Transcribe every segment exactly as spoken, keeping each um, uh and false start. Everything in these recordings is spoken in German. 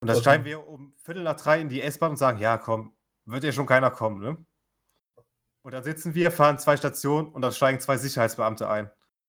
Und dann Was steigen denn? wir um Viertel nach drei in die S-Bahn und sagen: „Ja, komm, wird ja schon keiner kommen, ne?“ Und dann sitzen wir, fahren zwei Stationen und dann steigen zwei Sicherheitsbeamte ein.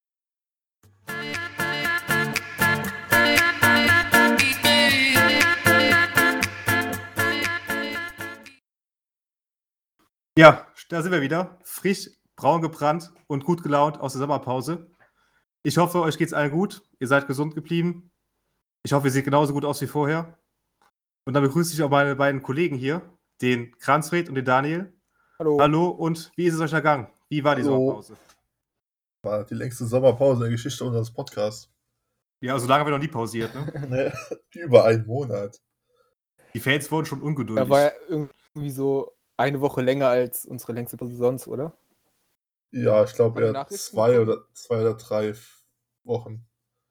Ja, da sind wir wieder, frisch, braun gebrannt und gut gelaunt aus der Sommerpause. Ich hoffe, euch geht's allen gut. Ihr seid gesund geblieben. Ich hoffe, ihr seht genauso gut aus wie vorher. Und dann begrüße ich auch meine beiden Kollegen hier, den Kranzfred und den Daniel. Hallo. Hallo und wie ist es euch ergangen? Wie war die Hallo. Sommerpause? War die längste Sommerpause der Geschichte unseres Podcasts. Ja, so lange haben wir noch nie pausiert, ne? Ne, über einen Monat. Die Fans wurden schon Da ungeduldig. war ja irgendwie so eine Woche länger als unsere längste Pause sonst, oder? Ja, ich glaube Haben die eher Nachrichten zwei bekommen? oder, zwei oder drei F- Wochen.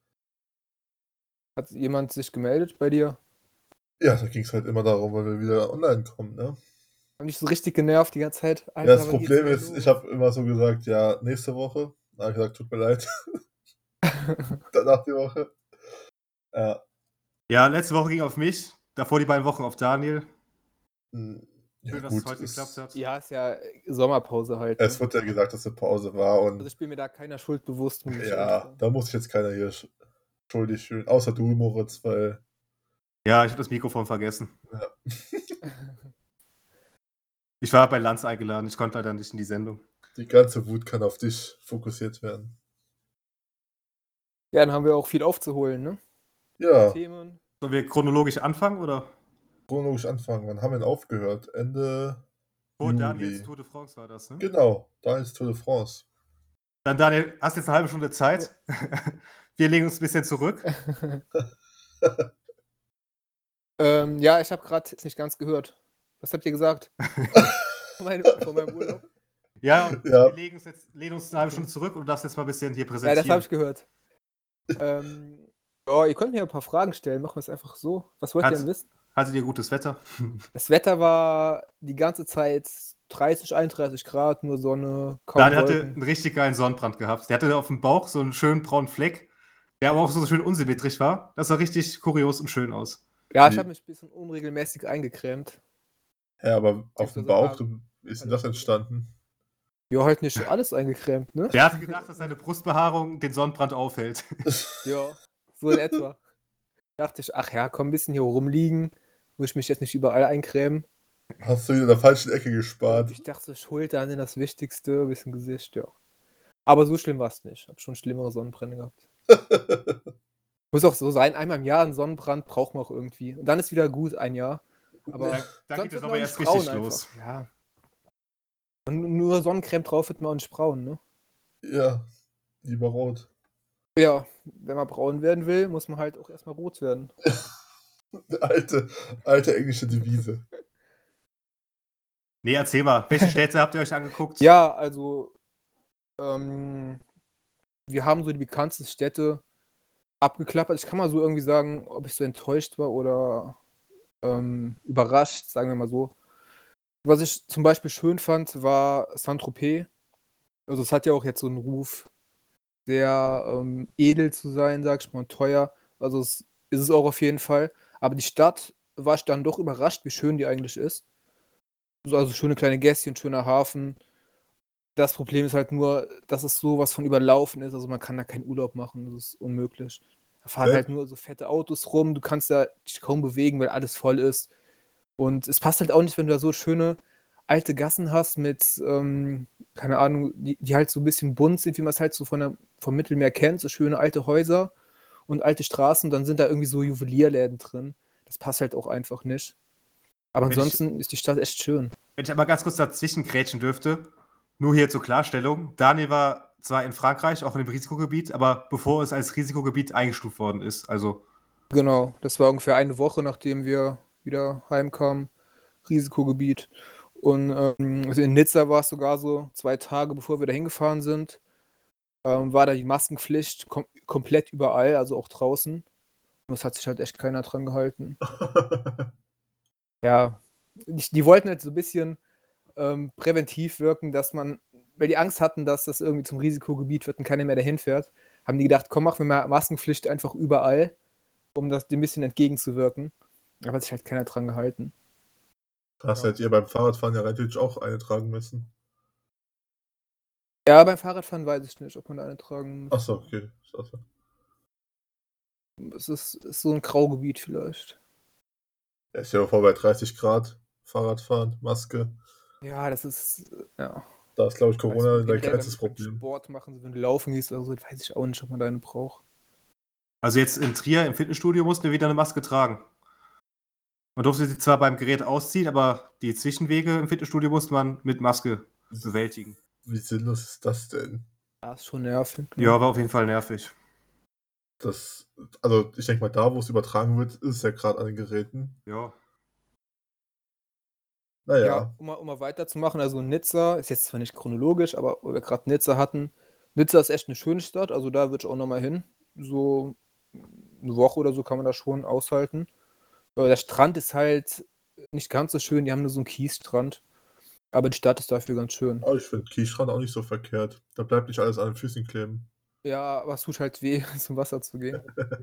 Hat jemand sich gemeldet bei dir? Ja, da ging es halt immer darum, weil wir wieder online kommen, ne? Haben dich so richtig genervt die ganze Zeit? Ja, das wann geht's Problem wieder ist, los? ich habe immer so gesagt, ja, nächste Woche. Da habe ich gesagt, tut mir leid. Danach die Woche. Ja. Ja, letzte Woche ging auf mich, davor die beiden Wochen auf Daniel. hm, Ja, Schön, dass gut. es heute Es, geklappt hat. Ja, ist ja Sommerpause halt. es Ne? wird ja gesagt, dass eine Pause war Also und ich bin mir da keiner Schuld bewusst. Muss ich ehrlich ja, sagen. da muss sich jetzt keiner hier sch- schuldig fühlen. Außer du, Moritz, weil Ja, ich habe das Mikrofon vergessen. ja. Ich war bei Lanz eingeladen, ich konnte leider nicht in die Sendung. die ganze Wut kann auf dich fokussiert werden. Ja, dann haben wir auch viel aufzuholen, ne? Ja, Themen. Sollen wir chronologisch anfangen oder? chronologisch anfangen. Wann haben wir denn aufgehört? Ende Vor Juli. Daniels Tour de France war das, ne? Genau, da ist Tour de France. Dann Daniel, hast jetzt eine halbe Stunde Zeit. Wir legen uns ein bisschen zurück. ähm, ja, ich habe gerade jetzt nicht ganz gehört. Was habt ihr gesagt? von, meinem, von meinem Urlaub? Ja, und Ja. wir legen uns jetzt lehnen uns eine halbe Stunde zurück und du darfst jetzt mal ein bisschen hier Ja, präsentieren. das habe ich gehört. ähm, ja, ihr könnt mir ein paar Fragen stellen. Machen wir es einfach so. Was wollt ihr Hat- denn wissen? Hattet ihr gutes Wetter? Das Wetter war die ganze Zeit dreißig, einunddreißig Grad, nur Sonne, kaum Daniel hatte Wolken. einen richtig geilen Sonnenbrand gehabt. Der hatte auf dem Bauch so einen schönen braunen Fleck, der aber auch so schön unsymmetrisch war. Das sah richtig kurios und schön aus. Ja, ich Wie- habe mich ein bisschen unregelmäßig eingecremt. Ja, aber auf dem Beziehungsweise Bauch, paar- wie ist denn das entstanden? Ja, halt nicht alles eingecremt, ne? Der hatte gedacht, dass seine Brustbehaarung den Sonnenbrand aufhält. Ja, so in etwa. Dachte ich, ach ja, komm ein bisschen hier rumliegen. Muss ich mich jetzt nicht überall eincremen. Hast du in der falschen Ecke gespart? Ich dachte, Schultern sind das Wichtigste, ein bisschen Gesicht, ja. Aber so schlimm war es nicht. Ich habe schon schlimmere Sonnenbrände gehabt. Muss auch so sein, einmal im Jahr ein Sonnenbrand braucht man auch irgendwie. Und dann ist wieder gut, ein Jahr. Aber Da, da sonst geht es wird aber man erst nicht braun richtig einfach. los. Ja. Und nur Sonnencreme drauf wird man auch nicht braun, ne? Ja, lieber rot. Ja, wenn man braun werden will, muss man halt auch erstmal rot werden. Alte, alte englische Devise. Nee, erzähl mal, welche Städte habt ihr euch angeguckt? Ja, also ähm, wir haben so die bekanntesten Städte abgeklappert. Ich kann mal so irgendwie sagen, ob ich so enttäuscht war oder ähm, überrascht, sagen wir mal so. Was ich zum Beispiel schön fand, war Saint-Tropez. Also es hat ja auch jetzt so einen Ruf, sehr ähm, edel zu sein, sag ich mal, und teuer. Also es ist es auch auf jeden Fall. Aber die Stadt war ich dann doch überrascht, wie schön die eigentlich ist. So, Also schöne kleine Gässchen, schöner Hafen. Das Problem ist halt nur, dass es sowas von überlaufen ist. Also man kann da keinen Urlaub machen. Das ist unmöglich. Da fahren Äh? halt nur so fette Autos rum. Du kannst da dich kaum bewegen, weil alles voll ist. Und es passt halt auch nicht, wenn du da so schöne alte Gassen hast mit, ähm, keine Ahnung, die, die halt so ein bisschen bunt sind, wie man es halt so von der, vom Mittelmeer kennt. So schöne alte Häuser und alte Straßen. Dann sind da irgendwie so Juwelierläden drin. Das passt halt auch einfach nicht. Aber Wenn ich- ansonsten ist die Stadt echt schön. Wenn ich einmal ganz kurz dazwischen grätschen dürfte, nur hier zur Klarstellung. Daniel war zwar in Frankreich, auch in dem Risikogebiet, aber bevor es als Risikogebiet eingestuft worden ist. Also, Genau, das war ungefähr eine Woche, nachdem wir wieder heimkamen. Risikogebiet. Und ähm, also in Nizza war es sogar so, zwei Tage bevor wir da hingefahren sind, ähm, war da die Maskenpflicht kom komplett überall, also auch draußen. Und es hat sich halt echt keiner dran gehalten. Ja, die, die wollten halt so ein bisschen ähm, präventiv wirken, dass man, weil die Angst hatten, dass das irgendwie zum Risikogebiet wird und keiner mehr dahin fährt, haben die gedacht, komm, machen wir mal Maskenpflicht einfach überall, um das dem ein bisschen entgegenzuwirken. Aber hat sich halt keiner dran gehalten. Das Ja. hättet ihr beim Fahrradfahren ja natürlich auch eine tragen müssen. Ja, beim Fahrradfahren weiß ich nicht, ob man da eine tragen muss. Achso, okay. Schade. Es ist, ist so ein Graugebiet vielleicht. Ja, ich stell dir vor, bei dreißig Grad Fahrradfahren, Maske. Ja, das ist, äh, ja. Da ist, glaube ich, Weißt du, Corona dein generell kleinstes beim, beim Problem. Sport machen, wenn du laufen gehst oder so, weiß ich auch nicht, ob man da eine braucht. Also jetzt in Trier im Fitnessstudio mussten wir wieder eine Maske tragen. Man durfte sie zwar beim Gerät ausziehen, aber die Zwischenwege im Fitnessstudio musste man mit Maske bewältigen. Wie sinnlos ist das denn? Ja, ist schon nervig. Ne? Ja, war auf jeden Fall nervig. Das, also ich denke mal, da, wo es übertragen wird, ist es ja gerade an den Geräten. Ja. Naja, Ja, um mal, um mal weiterzumachen, also Nizza ist jetzt zwar nicht chronologisch, aber wo wir gerade Nizza hatten. Nizza ist echt eine schöne Stadt, also da würde ich auch nochmal hin. So eine Woche oder so kann man da schon aushalten. Äh, Der Strand ist halt nicht ganz so schön, die haben nur so einen Kiesstrand. Aber die Stadt ist dafür ganz schön. aber ich finde Kiesstrand auch nicht so verkehrt. Da bleibt nicht alles an den Füßen kleben. Ja, aber es tut halt weh, zum Wasser zu gehen.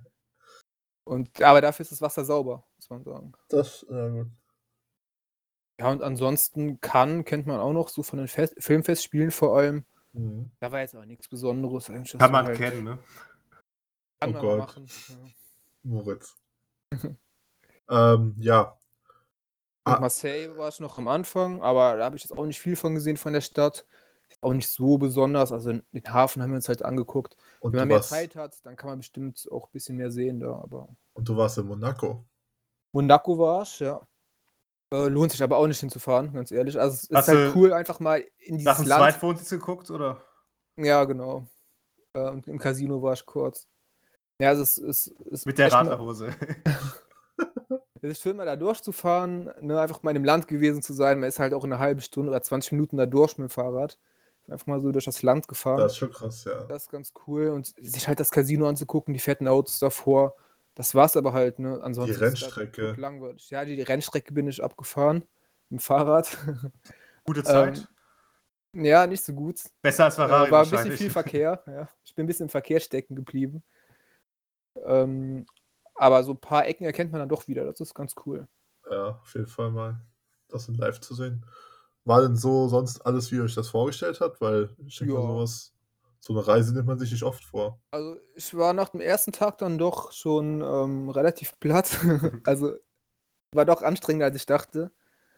Und, aber dafür ist das Wasser sauber, muss man sagen. Das, ja gut. Ja, und ansonsten Cannes kennt man auch noch so von den Fest Filmfestspielen vor allem. Mhm. Da war jetzt auch nichts Besonderes. Eigentlich, das Kann war man halt, kennen, ne? Kann Oh man mal Gott. machen. Ja. Moritz. ähm, ja. Und Ah, Marseille war ich noch am Anfang, aber da habe ich jetzt auch nicht viel von gesehen von der Stadt. Ist auch nicht so besonders. Also den Hafen haben wir uns halt angeguckt. und Wenn du man mehr warst, Zeit hat, dann kann man bestimmt auch ein bisschen mehr sehen da. Aber und du warst in Monaco. Monaco war ich, ja. Äh, lohnt sich aber auch nicht hinzufahren, ganz ehrlich. Also es ist Hast halt du cool, einfach mal in nach dieses dem Land. Zweitwohnsitz geguckt, oder? Ja, genau. Äh, und im Casino war ich kurz. Ja, also es ist, ist Mit der echt mal, Radlerhose. es ist schön, mal da durchzufahren, ne, einfach mal in dem Land gewesen zu sein. Man ist halt auch in einer halben Stunde oder zwanzig Minuten da durch mit dem Fahrrad. Einfach mal so durch das Land gefahren. Das ist schon krass, ja. Das ist ganz cool. Und sich halt das Casino anzugucken, die fetten Autos davor. Das war's aber halt, ne? Die Ansonsten ist es halt Rennstrecke. langweilig. Ja, die, die Rennstrecke bin ich abgefahren. Mit dem Fahrrad. Gute Zeit. ähm, ja, nicht so gut. Besser als Ferrari Äh, war ein bisschen wahrscheinlich. viel Verkehr. Ja. Ich bin ein bisschen im Verkehr stecken geblieben. Ähm, aber so ein paar Ecken erkennt man dann doch wieder. Das ist ganz cool. Ja, auf jeden Fall mal das in live zu sehen. War denn so sonst alles, wie ihr euch das vorgestellt habt? Weil ich denke mal, Ja. sowas, so eine Reise nimmt man sich nicht oft vor. Also ich war nach dem ersten Tag dann doch schon ähm, relativ platt. Also war doch anstrengender, als ich dachte.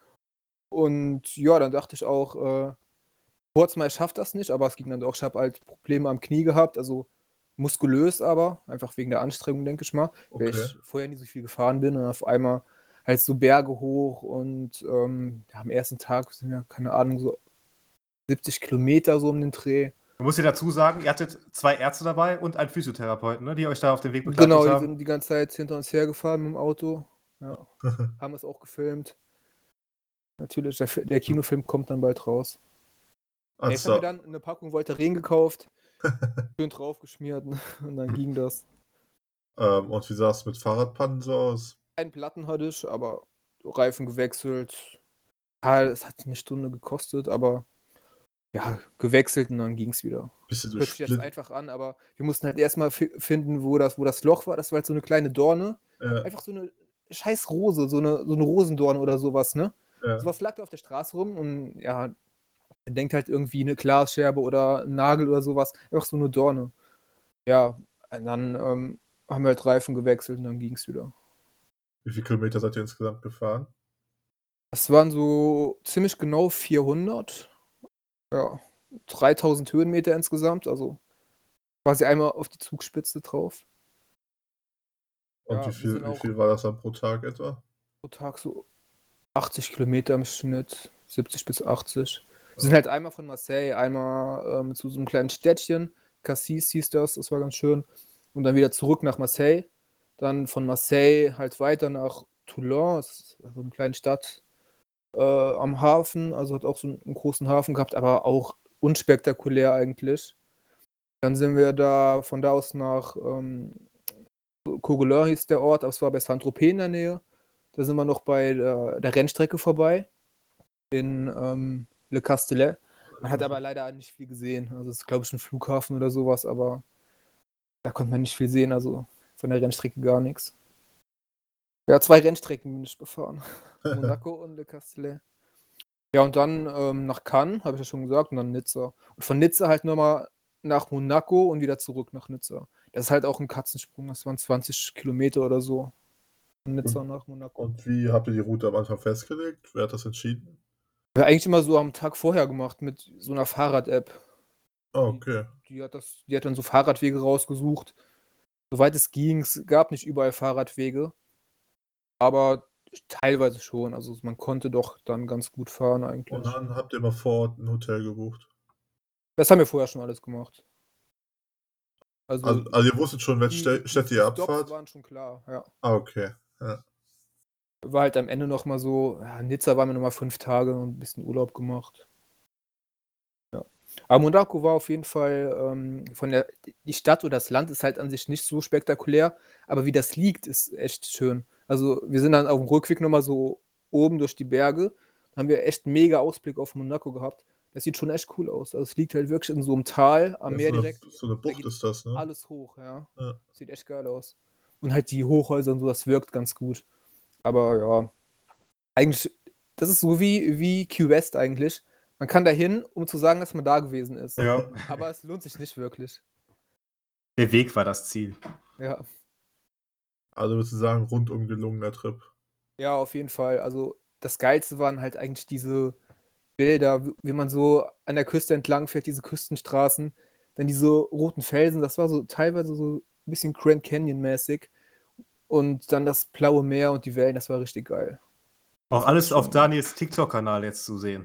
Und ja, dann dachte ich auch, äh, kurz mal, ich schaff das nicht, aber es ging dann doch. Ich habe halt Probleme am Knie gehabt, also muskulös aber, einfach wegen der Anstrengung, denke ich mal, weil Okay. ich vorher nie so viel gefahren bin und auf einmal halt so Berge hoch und ähm, ja, am ersten Tag sind ja, keine Ahnung, so siebzig Kilometer so um den Dreh. Man muss dir dazu sagen, ihr hattet zwei Ärzte dabei und einen Physiotherapeuten, ne, die euch da auf dem Weg begleitet Genau, die haben. sind die ganze Zeit hinter uns hergefahren mit dem Auto. Ja, haben es auch gefilmt. Natürlich, der, Fi- der Kinofilm kommt dann bald raus. Ja, jetzt haben wir Also, dann eine Packung Voltaren gekauft, schön draufgeschmiert und dann ging das. ähm, und wie sah es mit Fahrradpannen so aus? Einen Platten hatte ich, aber Reifen gewechselt. Ja, es hat eine Stunde gekostet, aber ja, gewechselt und dann ging es wieder. Bist du Hört durch sich jetzt Split? einfach an, aber wir mussten halt erstmal fi- finden, wo das, wo das Loch war. Das war halt so eine kleine Dorne. Ja, Einfach so eine scheiß Rose, so eine, so eine Rosendorne oder sowas, ne? ja. Sowas lag da auf der Straße rum und ja, man denkt halt irgendwie eine Glasscherbe oder ein Nagel oder sowas. Einfach so eine Dorne. Ja, und dann ähm, haben wir halt Reifen gewechselt und dann ging es wieder. Wie viele Kilometer seid ihr insgesamt gefahren? Das waren so ziemlich genau vierhundert. Ja, dreitausend Höhenmeter insgesamt, also quasi einmal auf die Zugspitze drauf. Und Ja, wie wir viel, sind wie auch viel war das dann pro Tag etwa? pro Tag so achtzig Kilometer im Schnitt, siebzig bis achtzig. Wir sind halt einmal von Marseille, einmal ähm, zu so einem kleinen Städtchen, Cassis hieß das, das war ganz schön. Und dann wieder zurück nach Marseille. Dann von Marseille halt weiter nach Toulon, das ist so eine kleine Stadt äh, am Hafen, also hat auch so einen, einen großen Hafen gehabt, aber auch unspektakulär eigentlich. Dann sind wir da von da aus nach ähm, Courgelin hieß der Ort, aber es war bei Saint-Tropez in der Nähe. Da sind wir noch bei der, der Rennstrecke vorbei in ähm, Le Castellet. Man hat aber leider nicht viel gesehen. Also es ist, glaube ich, ein Flughafen oder sowas, aber da konnte man nicht viel sehen, also von der Rennstrecke gar nichts. Ja, zwei Rennstrecken bin ich gefahren. Monaco und Le Castellet. Ja, und dann ähm, nach Cannes, habe ich ja schon gesagt, und dann Nizza. Und von Nizza halt nochmal nach Monaco und wieder zurück nach Nizza. Das ist halt auch ein Katzensprung, das waren zwanzig Kilometer oder so. Von Nizza nach Monaco. Und wie habt ihr die Route am Anfang festgelegt? Wer hat das entschieden? Ja, eigentlich immer so am Tag vorher gemacht mit so einer Fahrrad-App. Ah, Die, okay. die, hat das, die hat dann so Fahrradwege rausgesucht. Soweit es ging, es gab nicht überall Fahrradwege. Aber teilweise schon. Also man konnte doch dann ganz gut fahren Und eigentlich. dann habt ihr mal vor Ort ein Hotel gebucht. Das haben wir vorher schon alles gemacht. Also, Also, also ihr wusstet schon, welche die, Stä- die, Städte die ihr Stops abfahrt? waren schon klar, ja. Ah, okay. Ja. War halt am Ende noch mal so, ja, Nizza waren wir noch mal fünf Tage und ein bisschen Urlaub gemacht. Ja. Aber Monaco war auf jeden Fall ähm, von der, die Stadt oder das Land ist halt an sich nicht so spektakulär, aber wie das liegt, ist echt schön. Also wir sind dann auf dem Rückweg noch mal so oben durch die Berge, haben wir echt einen mega Ausblick auf Monaco gehabt. Das sieht schon echt cool aus. Also es liegt halt wirklich in so einem Tal am Ja, Meer so, eine, direkt. so eine Da Bucht geht ist das, ne? alles hoch, ja. Ja. Sieht echt geil aus. Und halt die Hochhäuser und so, das wirkt ganz gut. Aber ja, eigentlich, das ist so wie, wie Key West eigentlich. Man kann da hin, um zu sagen, dass man da gewesen ist. Ja. Aber es lohnt sich nicht wirklich. Der Weg war das Ziel. Ja, Also würdest du sagen, rundum gelungener Trip. ja, auf jeden Fall. Also das Geilste waren halt eigentlich diese Bilder, wie- wie man so an der Küste entlang fährt, diese Küstenstraßen, dann diese roten Felsen, das war so teilweise so ein bisschen Grand Canyon-mäßig. Und dann das blaue Meer und die Wellen, das war richtig geil. Auch Das alles war auf schon- Daniels TikTok-Kanal jetzt zu sehen.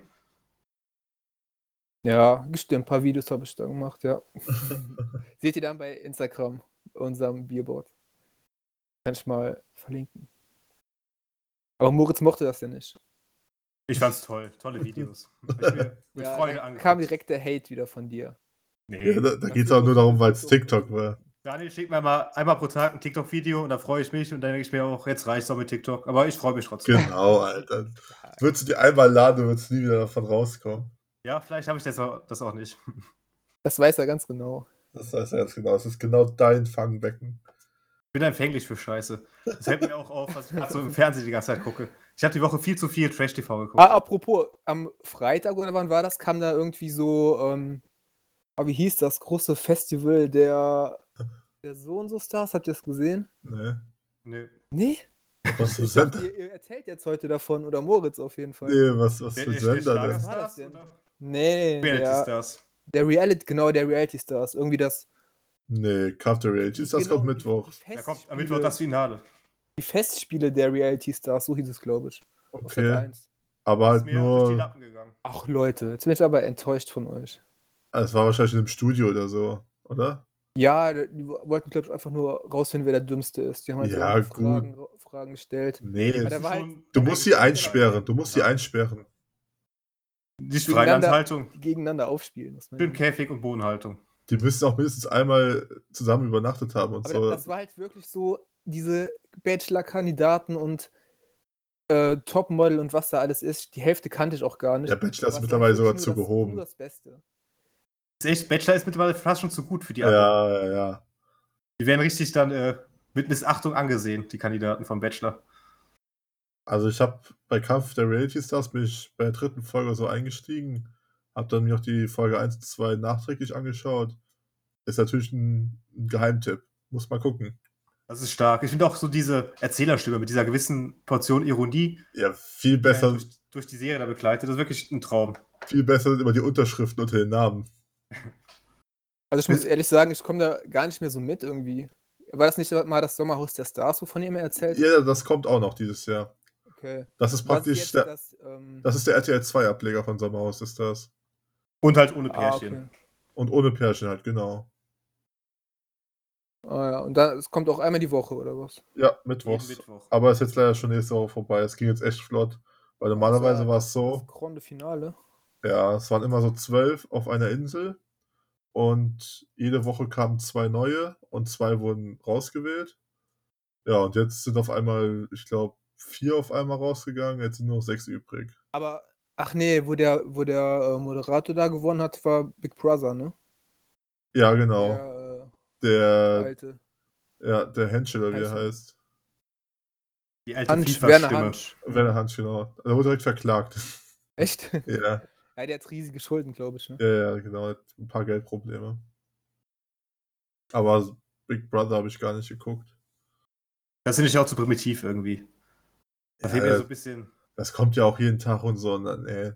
Ja, stimmt, ein paar Videos habe ich da gemacht, ja. Seht ihr dann bei Instagram, unserem Bierboard. Kann ich mal verlinken. Aber Moritz mochte das ja nicht. Ich fand's toll. Tolle Videos. Hab ich mir mit Ja, Freude da angeguckt. kam direkt der Hate wieder von dir. Nee. Ja, da da Das geht es wird auch nur doch- darum, weil das es wird doch- TikTok war. Daniel schickt mir mal einmal pro Tag ein TikTok-Video und da freue ich mich und dann denke ich mir auch, jetzt reicht's auch mit TikTok. Aber ich freue mich trotzdem. Genau, Alter. Ja, Würdest du die einmal laden, würdest du nie wieder davon rauskommen. Ja, vielleicht habe ich das auch, das auch nicht. das weiß er ganz genau. Das heißt ja ganz genau. Es ist genau dein Fangbecken. Ich bin empfänglich für Scheiße. Das fällt mir auch auf, was ich gerade so im Fernsehen die ganze Zeit gucke. Ich habe die Woche viel zu viel Trash-T V geguckt. Ah, apropos, am Freitag oder wann war das, kam da irgendwie so, ähm, ah, wie hieß das, große Festival der, der so und so Stars, habt ihr das gesehen? Ne? Nee. Nee? Was für Ich dachte, Sender? ihr, ihr erzählt jetzt heute davon, oder Moritz auf jeden Fall. Nee, was, was Der, für der, der Sender denn? Was war das Schlagerstars denn? oder Nee, Reality der, Stars? der Reality, genau, der Reality Stars. Irgendwie das. Nee, Kampf der Realities, das genau, kommt die- Mittwoch. Die Da kommt am Festspiele, Mittwoch das Finale. die Festspiele der Reality Stars, so hieß es, glaube ich. Auf Sat Okay. eins. Aber Das ist halt mir durch die nur. Lappen gegangen. Ach Leute, jetzt bin ich aber enttäuscht von euch. Es war wahrscheinlich in einem Studio oder so, oder? Ja, die wollten, glaube ich, einfach nur rausfinden, wer der Dümmste ist. Die haben halt so Ja, irgendwie gut. Fragen, Fragen gestellt. Nee, Ja, Das der ist war halt schon- du der musst sie gestellt, einsperren. Du musst sie Ja. einsperren. Nicht gegeneinander, Freilandhaltung. gegeneinander aufspielen. muss man Schön sagen. Käfig und Bodenhaltung. Die müssen auch mindestens einmal zusammen übernachtet haben und Aber so. das war halt wirklich so, diese Bachelor-Kandidaten und äh, Topmodel und was da alles ist, die Hälfte kannte ich auch gar nicht. Der Bachelor ist Aber es mittlerweile war sogar wirklich zu nur das, gehoben. Nur das Beste. Ist echt, Bachelor ist mittlerweile fast schon zu gut für die anderen. Ja, ja, ja. Die werden richtig dann äh, mit Missachtung angesehen, die Kandidaten vom Bachelor. Also ich habe bei Kampf der Reality Stars bin ich bei der dritten Folge so eingestiegen, habe dann mir auch die Folge eins und zwei nachträglich angeschaut. Ist natürlich ein, ein Geheimtipp. Muss mal gucken. Das ist stark. Ich finde auch so diese Erzählerstimme mit dieser gewissen Portion Ironie, Ja, viel die einen besser, durch, durch die Serie da begleitet. Das ist wirklich ein Traum. viel besser sind immer die Unterschriften unter den Namen. Also ich muss ehrlich sagen, ich komme da gar nicht mehr so mit irgendwie. War das nicht mal das Sommerhaus der Stars, wovon ihr mir erzählt? Ja, das kommt auch noch dieses Jahr. Okay. Das ist Was praktisch ist jetzt der, das, ähm, das ist der R T L zwei Ableger von Sommerhaus ist das. Und halt ohne ah, Pärchen. okay. Und ohne Pärchen halt, genau. Ah ja, und dann, es kommt auch einmal die Woche, oder was? Ja, Jeden Mittwochs. Mittwoch. Aber ist jetzt leider schon nächste Woche vorbei. Es ging jetzt echt flott. Weil normalerweise Das war es so, Das Grande Finale. ja, es waren immer so zwölf auf einer Insel. Und jede Woche kamen zwei neue und zwei wurden rausgewählt. Ja, und jetzt sind auf einmal, ich glaube, vier auf einmal rausgegangen. Jetzt sind nur noch sechs übrig. Aber, ach nee, wo der, wo der äh, Moderator da gewonnen hat, war Big Brother, ne? Ja, genau. Der, äh, der Der, alte. ja, der Henschel, oder wie er Heißt er. heißt. Die alte Hansch, Werner FIFA-Stimme. Hansch. Werner Hansch, genau. Er wurde direkt verklagt. Echt? Ja, Ja, der hat riesige Schulden, glaube ich. Ne? ja, ja, genau. Hat ein paar Geldprobleme. Aber Big Brother habe ich gar nicht geguckt. Das finde ich auch zu primitiv irgendwie. Da Ja, fehlt mir so ein bisschen. Das kommt ja auch jeden Tag und so. Und dann, ey.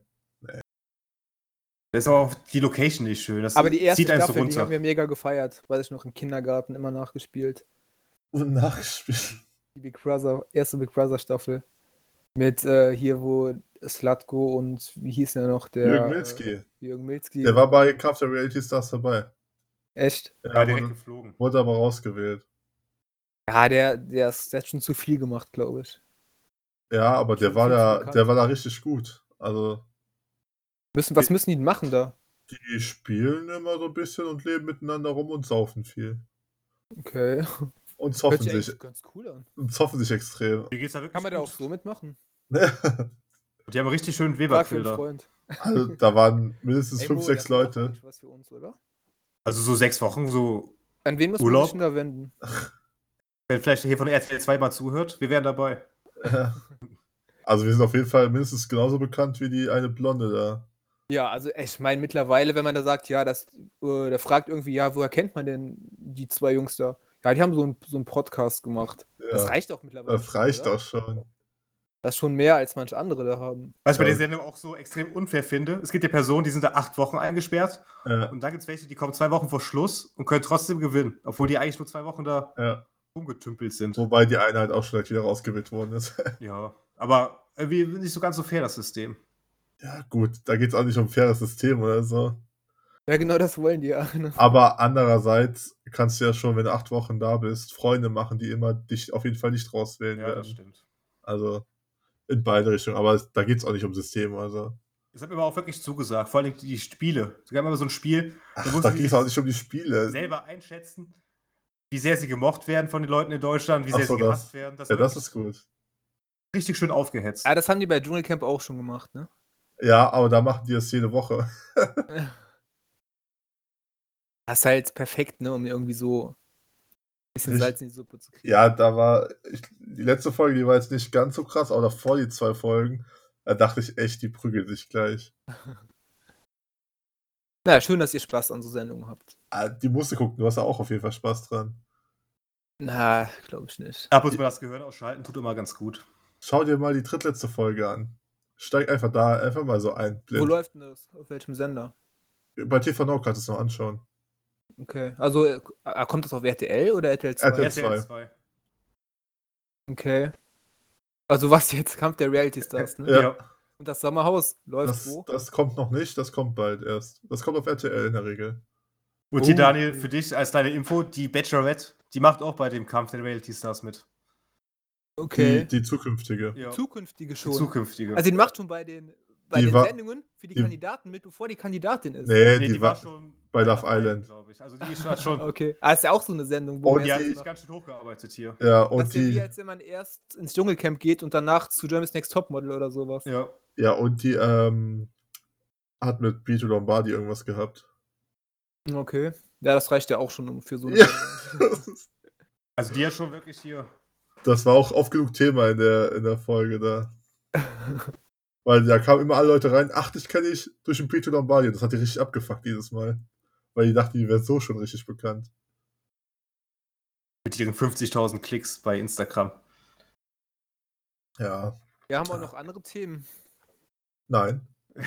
Da ist aber auch die Location nicht schön. Das Aber die erste zieht einen so Staffel, die haben runter. wir mega gefeiert. Weiß ich noch, im Kindergarten immer nachgespielt. Und nachgespielt. Die Big Brother, erste Big Brother Staffel. Mit äh, hier, wo Slatko und wie hieß der noch? Der, Jürgen Milzki. Äh, Jürgen Milzki. Der war bei Kampf der Reality Stars dabei. Echt? Ja, Ja, direkt wurde, geflogen. wurde aber rausgewählt. Ja, der, der, ist, der hat schon zu viel gemacht, glaube ich. Ja, aber der Schon war viel zu da, bekannt. der war da richtig gut. Also, Müssen, was müssen die denn machen da? die spielen immer so ein bisschen und leben miteinander rum und saufen viel. Okay. Und Hört zoffen sich sich, eigentlich ganz cool an. und zoffen sich extrem. Hier geht's da wirklich Kann man da gut. auch so mitmachen? Und die haben richtig schön Frag für einen Weberbilder. Freund. Also, da waren mindestens Ey, fünf, Mo, sechs das wäre doch Leute. eigentlich was für uns, oder? Also so sechs Wochen, so, An wen muss Urlaub? man sich denn da wenden? wenn vielleicht hier von R T L zwei mal zuhört, wir wären dabei. Also, wir sind auf jeden Fall mindestens genauso bekannt wie die eine Blonde da. Ja, also ich meine mittlerweile, wenn man da sagt, ja, das, äh, der fragt irgendwie, ja, woher kennt man denn die zwei Jungs da? Ja, die haben so einen so einen Podcast gemacht. Das Ja, reicht doch mittlerweile. das reicht oder? doch schon. Das ist schon mehr, als manche andere da haben. Was ich bei Ja. der Sendung auch so extrem unfair finde, es gibt ja Personen, die sind da acht Wochen eingesperrt Ja, und dann gibt es welche, die kommen zwei Wochen vor Schluss und können trotzdem gewinnen, obwohl die eigentlich nur zwei Wochen da ja. rumgetümpelt sind. Wobei die eine halt auch schon direkt wieder rausgewählt worden ist. Ja, aber irgendwie nicht so ganz so fair, das System. Ja, gut, da geht es auch nicht um faires System oder so. Ja, genau das wollen die ja. Ne? Aber andererseits kannst du ja schon, wenn du acht Wochen da bist, Freunde machen, die immer dich auf jeden Fall nicht rauswählen Ja, das werden. stimmt. Also in beide Richtungen. Aber es, da geht es auch nicht um System. Also. Das hat mir aber auch wirklich zugesagt, vor allem die Spiele. Es gab immer so ein Spiel, da Ach, mussten da die ging es sich auch nicht um die Spiele. selber einschätzen, wie sehr sie gemocht werden von den Leuten in Deutschland, wie Ach sehr so, sie das- gehasst werden. Das Ja, war das wirklich ist gut. richtig schön aufgehetzt. Ja, das haben die bei Dschungelcamp auch schon gemacht, ne? Ja, aber da machen die das jede Woche. Das ist halt perfekt, ne, um irgendwie so ein bisschen Richtig. Salz in die Suppe zu kriegen. Ja, da war. Ich, die letzte Folge, die war jetzt nicht ganz so krass, aber davor die zwei Folgen, da dachte ich echt, die prügeln sich gleich. Na, schön, dass ihr Spaß an so Sendungen habt. Ah, die musst du gucken, du hast da auch auf jeden Fall Spaß dran. Na, glaube ich nicht. Ab und zu mal das Gehirn ausschalten, tut immer ganz gut. Schau dir mal die drittletzte Folge an. Steig einfach da einfach mal so ein. Wo läuft denn das? Auf welchem Sender? Bei T V Now kannst du es noch anschauen. Okay. Also, äh, kommt das auf R T L oder R T L zwei? R T L R T L zwei. Okay. Also, was jetzt? Kampf der Reality Stars, ne? Ja. Ja. Und das Sommerhaus läuft Das, wo? das kommt noch nicht, das kommt bald erst. Das kommt auf R T L in der Regel. Und hier, Oh. Daniel, für dich als deine Info, die Bachelorette, die macht auch bei dem Kampf der Reality Stars mit. Okay. Die, die zukünftige. Ja. Zukünftige Die schon. zukünftige. Also, die macht schon bei den, bei Die den war- Sendungen für die, die- Kandidaten mit, bevor die Kandidatin ist. Nee, nee, die, war. schon bei Love Island. glaube ich. Also die ist halt schon. Okay. Ah, ist ja auch so eine Sendung, wo Und man Die erst hat die- sich ganz schön hochgearbeitet hier. Ja, das und ist ja wie, die. als wenn man erst ins Dschungelcamp geht und danach zu Germany's Next Topmodel oder sowas. Ja. Ja, und die ähm, hat mit Vito Lombardi irgendwas gehabt. Okay. Ja, das reicht ja auch schon um für so eine Ja. Sendung. Also die hat schon wirklich hier. Das war auch oft genug Thema in der, in der Folge da. Weil da kamen immer alle Leute rein, ach, dich kenne ich durch den Vito Lombardi. Das hat die richtig abgefuckt jedes Mal. Weil die dachten, die wäre so schon richtig bekannt. Mit ihren fünfzigtausend Klicks bei Instagram. Ja. Wir haben auch noch andere Themen. Nein.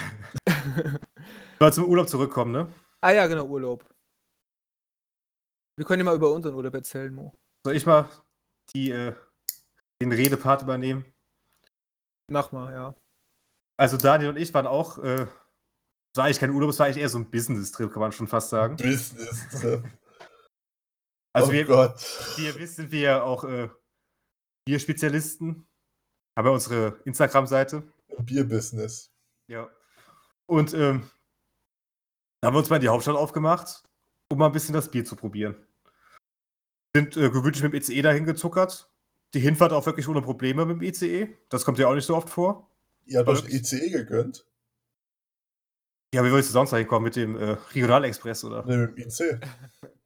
Soll zum Urlaub zurückkommen, ne? Ah ja, genau, Urlaub. Wir können ja mal über unseren Urlaub erzählen, Mo. Soll ich mal die, äh, den Redepart übernehmen? Mach mal, ja. Also Daniel und ich waren auch, äh, es war eigentlich kein Urlaub, es war eigentlich eher so ein Business-Trip, kann man schon fast sagen. Business. Also oh wir, Gott. wie ihr wisst, sind wir ja auch äh, Bierspezialisten. Haben wir unsere Instagram-Seite. Bierbusiness. Ja. Und ähm, da haben wir uns mal in die Hauptstadt aufgemacht, um mal ein bisschen das Bier zu probieren. Sind äh, gewöhnlich mit dem I C E dahin gezuckert. Die Hinfahrt auch wirklich ohne Probleme mit dem I C E. Das kommt ja auch nicht so oft vor. Ihr habt War euch den wirklich- I C E gegönnt? Ja, wie willst du sonst da hinkommen? Mit dem äh, Regionalexpress oder Ne, mit dem I C.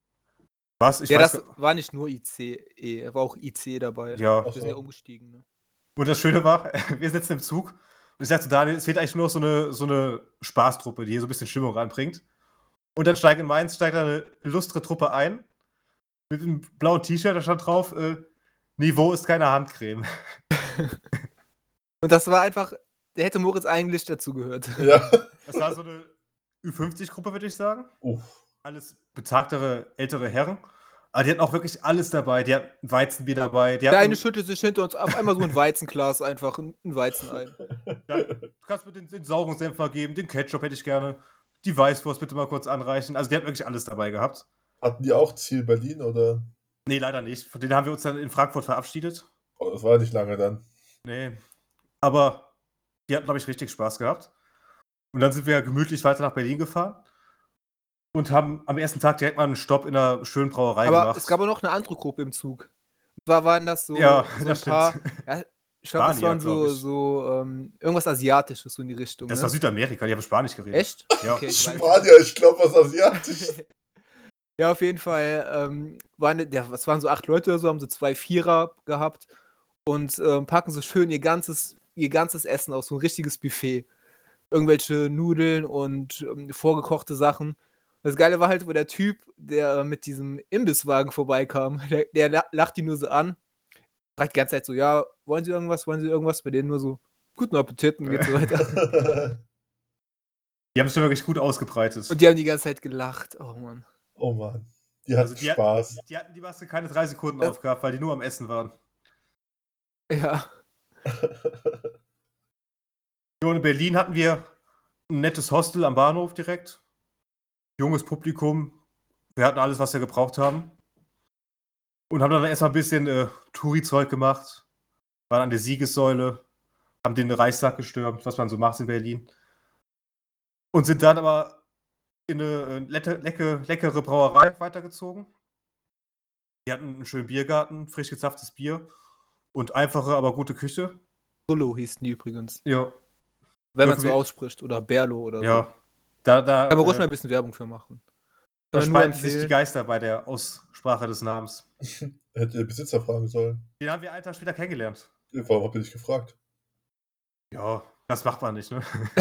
was? Ich Ja, weiß das gar- war nicht nur I C E, war auch I C dabei. Ja, Ach Wir sind ja so. umgestiegen, ne? Und das Schöne war, wir sitzen im Zug und ich sagte Daniel, es fehlt eigentlich nur noch so eine, so eine Spaßtruppe, die hier so ein bisschen Stimmung reinbringt. Und dann steigt in Mainz steigt da eine illustre Truppe ein mit einem blauen T-Shirt, da stand drauf, äh, Niveau ist keine Handcreme. Und das war einfach, der hätte Moritz eigentlich dazu gehört. Ja. Das war so eine Ü fünfzig Gruppe, würde ich sagen. Uff. Alles betagtere, ältere Herren. Aber die hatten auch wirklich alles dabei. Die hatten ein Weizenbier dabei. Die Der hatten, eine schüttet sich hinter uns auf einmal so ein Weizenglas einfach, ein Weizen ein. ja, du kannst mir den, den sauren Senf mal geben, den Ketchup hätte ich gerne. Die Weißwurst bitte mal kurz anreichen. Also die hatten wirklich alles dabei gehabt. Hatten die auch Ziel Berlin oder? Nee, leider nicht. Von denen haben wir uns dann in Frankfurt verabschiedet. Oh, das war nicht lange dann. Nee. Aber die hatten, glaube ich, richtig Spaß gehabt. Und dann sind wir gemütlich weiter nach Berlin gefahren und haben am ersten Tag direkt mal einen Stopp in einer schönen Brauerei Aber gemacht. es gab auch noch eine andere Gruppe im Zug. War, waren das so, Ja, so ein das paar. stimmt. Ja, ich glaube, das Spanier, waren so, glaub ich. so ähm, irgendwas Asiatisches so in die Richtung. Das ne? war Südamerika, die haben Spanisch geredet. Echt? Ja. Okay, ich weiß nicht. Spanier, ich glaube, was asiatisch. Ja, auf jeden Fall. Ähm, waren, ja, was waren so acht Leute oder so, haben so zwei Vierer gehabt und ähm, packen so schön ihr ganzes, ihr ganzes Essen aus, so ein richtiges Buffet. Irgendwelche Nudeln und ähm, vorgekochte Sachen. Das Geile war halt, wo der Typ, der mit diesem Imbisswagen vorbeikam, der, der la- lacht die nur so an, fragt die ganze Zeit so, ja, wollen Sie irgendwas, wollen Sie irgendwas? Bei denen nur so, guten Appetit und geht so weiter. Die haben sich wirklich gut ausgebreitet. Und die haben die ganze Zeit gelacht. Oh Mann. Oh Mann. Die hatten Also die, Spaß. die hatten die Maske keine drei Sekunden Das- aufgehabt, weil die nur am Essen waren. Ja. Ja, und in Berlin hatten wir ein nettes Hostel am Bahnhof direkt. Junges Publikum. Wir hatten alles, was wir gebraucht haben. Und haben dann erstmal ein bisschen äh, Touri-Zeug gemacht. Waren an der Siegessäule. Haben den Reichstag gestürmt, was man so macht in Berlin. Und sind dann aber in eine äh, lette, lecke, leckere Brauerei weitergezogen. Die hatten einen schönen Biergarten, frisch gezapftes Bier und einfache, aber gute Küche. Solo hießen die übrigens. Ja, Wenn man Dürfen so wir- ausspricht. Oder Berlo oder so. ja. Da, da, Kann man ruhig äh, mal ein bisschen Werbung für machen. da Kann man nur spalten sich die empfehlen. Geister bei der Aussprache des Namens. Hätte der Besitzer fragen sollen. Den haben wir einen Tag später kennengelernt. Warum habt ihr nicht gefragt? Ja, das macht man nicht, ne?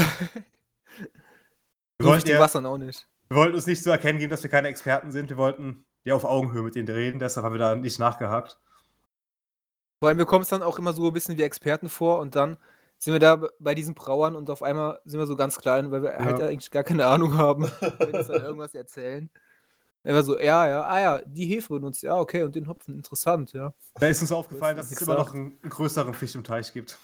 Wir So wollten, richtig ja, Wassern auch nicht. wir wollten uns nicht so erkennen geben, dass wir keine Experten sind. Wir wollten ja auf Augenhöhe mit denen reden, deshalb haben wir da nicht nachgehakt. Vor allem, wir kommen uns dann auch immer so ein bisschen wie Experten vor und dann sind wir da b- bei diesen Brauern und auf einmal sind wir so ganz klein, weil wir halt Ja. eigentlich gar keine Ahnung haben, wenn wir uns dann irgendwas erzählen. Immer so, ja, ja, ah ja, die Hefe benutzt, ja, okay, und den Hopfen, interessant, ja. Da ist uns aufgefallen, dass es nichts immer noch sagt. einen, einen größeren Fisch im Teich gibt.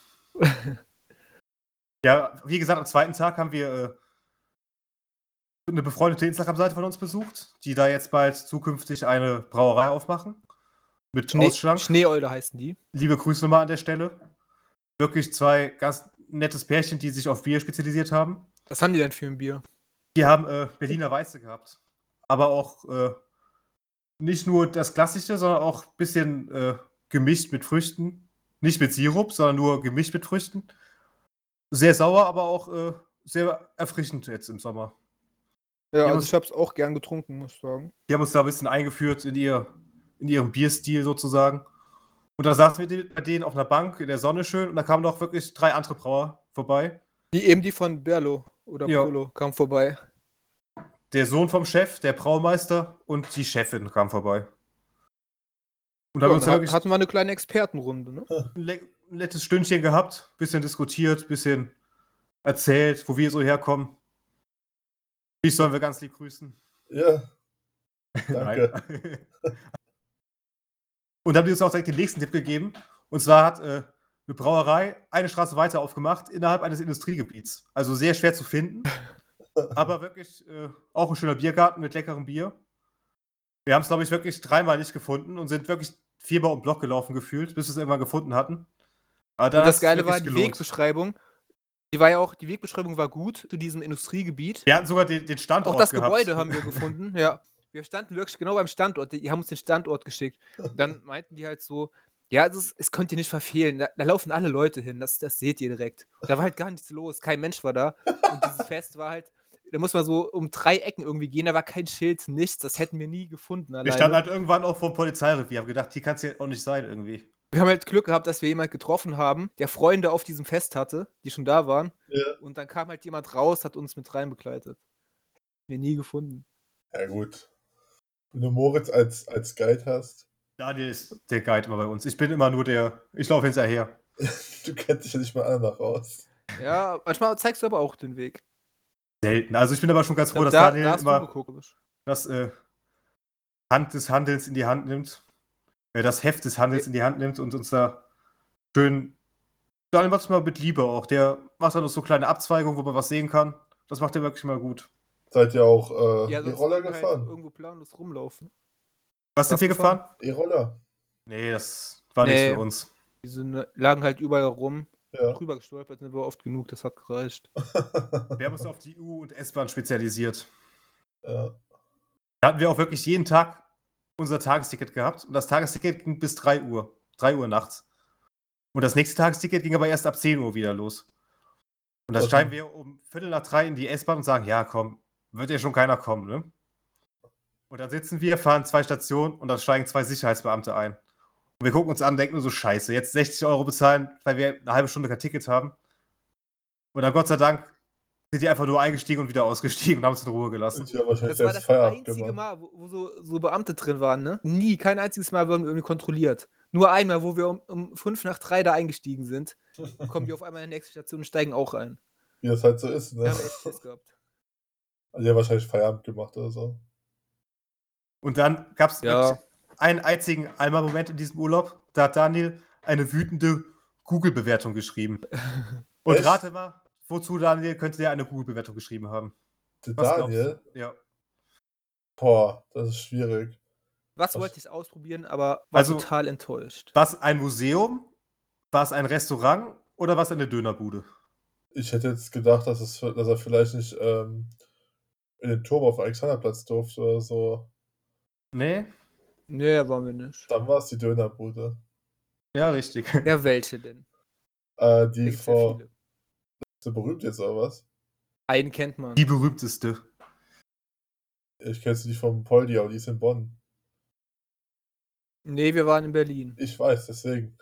Ja, wie gesagt, am zweiten Tag haben wir äh, eine befreundete Instagram-Seite von uns besucht, die da jetzt bald zukünftig eine Brauerei aufmachen. Mit Schnee, Ausschank. Schneeolde heißen die. Liebe Grüße nochmal an der Stelle. Wirklich zwei ganz nettes Pärchen, die sich auf Bier spezialisiert haben. Was haben die denn für ein Bier? Die haben äh, Berliner Weiße gehabt. Aber auch äh, nicht nur das Klassische, sondern auch ein bisschen äh, gemischt mit Früchten. Nicht mit Sirup, sondern nur gemischt mit Früchten. Sehr sauer, aber auch äh, sehr erfrischend jetzt im Sommer. Ja, Ja, also was- ich hab's auch gern getrunken, muss ich sagen. Die haben uns da ein bisschen eingeführt in, ihr, in ihrem Bierstil sozusagen. Und da saßen wir bei denen auf einer Bank in der Sonne schön und da kamen noch wirklich drei andere Brauer vorbei. Die eben die von Berlo oder Ja. Polo kam vorbei. Der Sohn vom Chef, der Braumeister und die Chefin kamen vorbei. Und da haben Ja, wir und uns da da wirklich hatten wir eine kleine Expertenrunde, ne? ein, le- ein nettes Stündchen gehabt, bisschen diskutiert, bisschen erzählt, wo wir so herkommen. Dich sollen wir ganz lieb grüßen. Ja. Danke. Nein. Und dann haben die uns auch direkt den nächsten Tipp gegeben. Und zwar hat äh, eine Brauerei eine Straße weiter aufgemacht innerhalb eines Industriegebiets. Also sehr schwer zu finden, aber wirklich äh, auch ein schöner Biergarten mit leckerem Bier. Wir haben es, glaube ich, wirklich dreimal nicht gefunden und sind wirklich viermal um den Block gelaufen gefühlt, bis wir es irgendwann gefunden hatten. Aber da Und das hat's Geile war, wirklich die gelohnt. Wegbeschreibung. Die war ja auch, die Wegbeschreibung war gut zu diesem Industriegebiet. Wir hatten sogar den, den Standort Auch das gehabt. Gebäude haben wir gefunden, ja. Wir standen wirklich genau beim Standort. Die die haben uns den Standort geschickt. Und dann meinten die halt so, ja, es, ist, es könnt ihr nicht verfehlen. Da, da laufen alle Leute hin, das, das seht ihr direkt. Und da war halt gar nichts los, kein Mensch war da. Und dieses Fest war halt, da muss man so um drei Ecken irgendwie gehen, da war kein Schild, nichts. Das hätten wir nie gefunden Wir alleine. standen halt irgendwann auch vor dem Polizeirevier, haben gedacht, hier kann es ja auch nicht sein irgendwie. Wir haben halt Glück gehabt, dass wir jemanden getroffen haben, der Freunde auf diesem Fest hatte, die schon da waren. Ja. Und dann kam halt jemand raus, hat uns mit rein begleitet. Wir nie gefunden. Ja, gut. Wenn du Moritz als, als Guide hast, Daniel ist der Guide immer bei uns. Ich bin immer nur der, ich laufe hinterher. du kennst dich ja nicht mal danach aus. Ja, manchmal zeigst du aber auch den Weg. Selten. Also ich bin aber schon ganz Ich froh, glaub, dass da, Daniel da hast du immer geguckt. das äh, Hand des Handels in die Hand nimmt. Äh, das Heft des Handels in die Hand nimmt und uns da schön. Daniel macht es mal mit Liebe auch. Der macht dann noch so kleine Abzweigungen, wo man was sehen kann. Das macht er wirklich mal gut. Seid ihr auch äh, Ja, sonst E-Roller würden wir halt gefahren? irgendwo planlos rumlaufen. Was sind Was wir gefahren? gefahren? E-Roller? Nee, das war nichts Nee. für uns. Die sind, lagen halt überall rum. Ja. Drüber gestolpert sind wir oft genug, das hat gereicht. Wir haben uns auf die U- und S-Bahn spezialisiert. Ja. Da hatten wir auch wirklich jeden Tag unser Tagesticket gehabt. Und das Tagesticket ging bis drei Uhr. drei Uhr nachts. Und das nächste Tagesticket ging aber erst ab zehn Uhr wieder los. Und da Das- steigen wir um Viertel nach drei in die S-Bahn und sagen, ja komm, wird ja schon keiner kommen, ne? Und dann sitzen wir, fahren zwei Stationen und dann steigen zwei Sicherheitsbeamte ein. Und wir gucken uns an und denken nur so, scheiße, jetzt sechzig Euro bezahlen, weil wir eine halbe Stunde kein Ticket haben. Und dann Gott sei Dank sind die einfach nur eingestiegen und wieder ausgestiegen und haben uns in Ruhe gelassen. Ich habe wahrscheinlich Das war selbst das Feierabend einzige gemacht. Mal, wo, wo so, so Beamte drin waren, ne? Nie, kein einziges Mal wurden wir irgendwie kontrolliert. Nur einmal, wo wir um, um fünf nach drei da eingestiegen sind, kommen die auf einmal in die nächste Station und steigen auch ein. Wie das halt so ist, ne? Wir haben echt Schiss gehabt. Also, die haben wahrscheinlich Feierabend gemacht oder so. Und dann gab es Ja. einen einzigen einmal-Moment in diesem Urlaub, da hat Daniel eine wütende Google-Bewertung geschrieben. Und Echt? rate mal, wozu Daniel könnte der eine Google-Bewertung geschrieben haben? Der Was Daniel? glaubst du? Ja. Boah, das ist schwierig. Was Was? wollte ich ausprobieren, aber war Also- total enttäuscht. War es ein Museum? War es ein Restaurant? Oder war es eine Dönerbude? Ich hätte jetzt gedacht, dass, es, dass er vielleicht nicht ähm, in den Turm auf dem Alexanderplatz durfte oder so. Nee? Nee, waren wir nicht. Dann war es die Dönerbude. Ja, richtig. Ja, welche denn? Äh, Da die gibt's ja vor. viele. Ist der berühmt jetzt oder was? Einen kennt man. Die berühmteste. Ich kenne sie nicht vom Poldi, aber die ist in Bonn. Nee, wir waren in Berlin. Ich weiß, deswegen.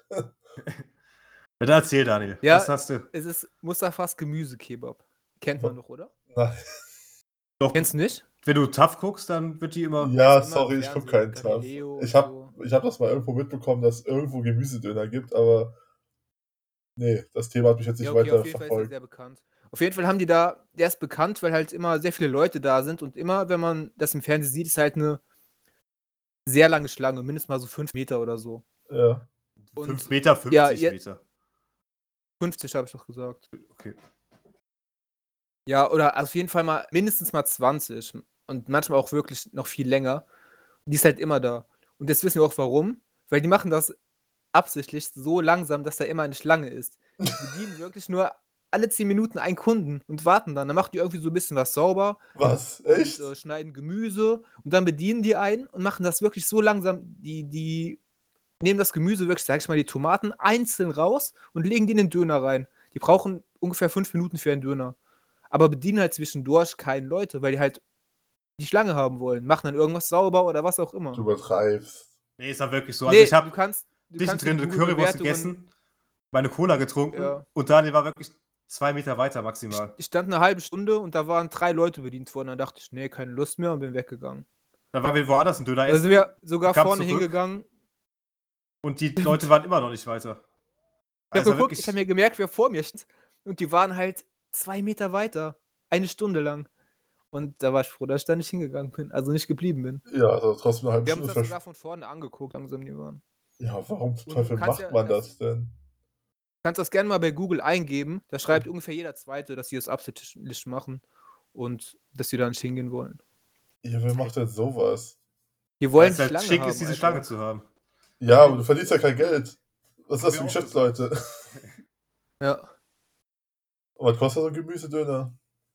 Ja, dann erzähl, Daniel. Ja. Was hast du? Es ist Mustafas Gemüsekebab. Kennt man doch, oder? Nein. Doch, Kennst du nicht? wenn du tough guckst, dann wird die immer. Ja, ist immer sorry, im ich gucke Fernsehen, keinen Tough. Galileo Ich und habe ich hab das mal irgendwo mitbekommen, dass es irgendwo Gemüsedöner gibt, aber nee, das Thema hat mich jetzt nicht Ja, okay, weiter auf jeden Fall ist er verfolgt. sehr bekannt. Auf jeden Fall haben die da, der ist bekannt, weil halt immer sehr viele Leute da sind und immer, wenn man das im Fernsehen sieht, ist halt eine sehr lange Schlange, mindestens mal so fünf Meter oder so. Ja. Und fünf Meter, fünfzig ja, je- Meter. fünfzig habe ich doch gesagt. Okay. Ja, oder auf jeden Fall mal mindestens mal zwanzig und manchmal auch wirklich noch viel länger. Und die ist halt immer da. Und jetzt wissen wir auch warum, weil die machen das absichtlich so langsam, dass da immer eine Schlange ist. Die bedienen wirklich nur alle zehn Minuten einen Kunden und warten dann. Dann machen die irgendwie so ein bisschen was sauber Was? und Echt? äh, schneiden Gemüse und dann bedienen die einen und machen das wirklich so langsam. Die, die nehmen das Gemüse wirklich, sag ich mal, die Tomaten einzeln raus und legen die in den Döner rein. Die brauchen ungefähr fünf Minuten für einen Döner. Aber bedienen halt zwischendurch keine Leute, weil die halt die Schlange haben wollen. Machen dann irgendwas sauber oder was auch immer. Du übertreibst. Nee, ist ja wirklich so. Also Nee, ich du habe kannst, du kannst zwischendrin die eine Currywurst Google-Bewertungen- gegessen, meine Cola getrunken Ja. und Daniel war wirklich zwei Meter weiter maximal. Ich stand eine halbe Stunde und da waren drei Leute bedient worden. Dann dachte ich, nee, keine Lust mehr und bin weggegangen. Dann waren wir woanders einen Döner Da essen sind wir sogar kam vorne zurück. hingegangen. und die Leute waren immer noch nicht weiter. Ich Also habe geguckt, wirklich, ich habe mir gemerkt, wer vor mir steht. Und die waren halt zwei Meter weiter. Eine Stunde lang. Und da war ich froh, dass ich da nicht hingegangen bin. Also nicht geblieben bin. Ja, also trotzdem eine halbe Wir haben uns Stunde das sogar versch- von vorne angeguckt, langsam die waren. Ja, warum du Teufel kannst macht ja man das- das denn? Du kannst das gerne mal bei Google eingeben. Da schreibt ungefähr jeder Zweite, dass sie das absichtlich machen und dass sie da nicht hingehen wollen. Ja, wer macht denn sowas? Die weil wollen es die halt Schlange schick haben, ist, diese Alter. Schlange zu haben. Ja, aber du verdienst ja kein Geld. Was ist das für Haben wir auch Geschäftsleute? Ja. Und was kostet so ein Gemüsedöner?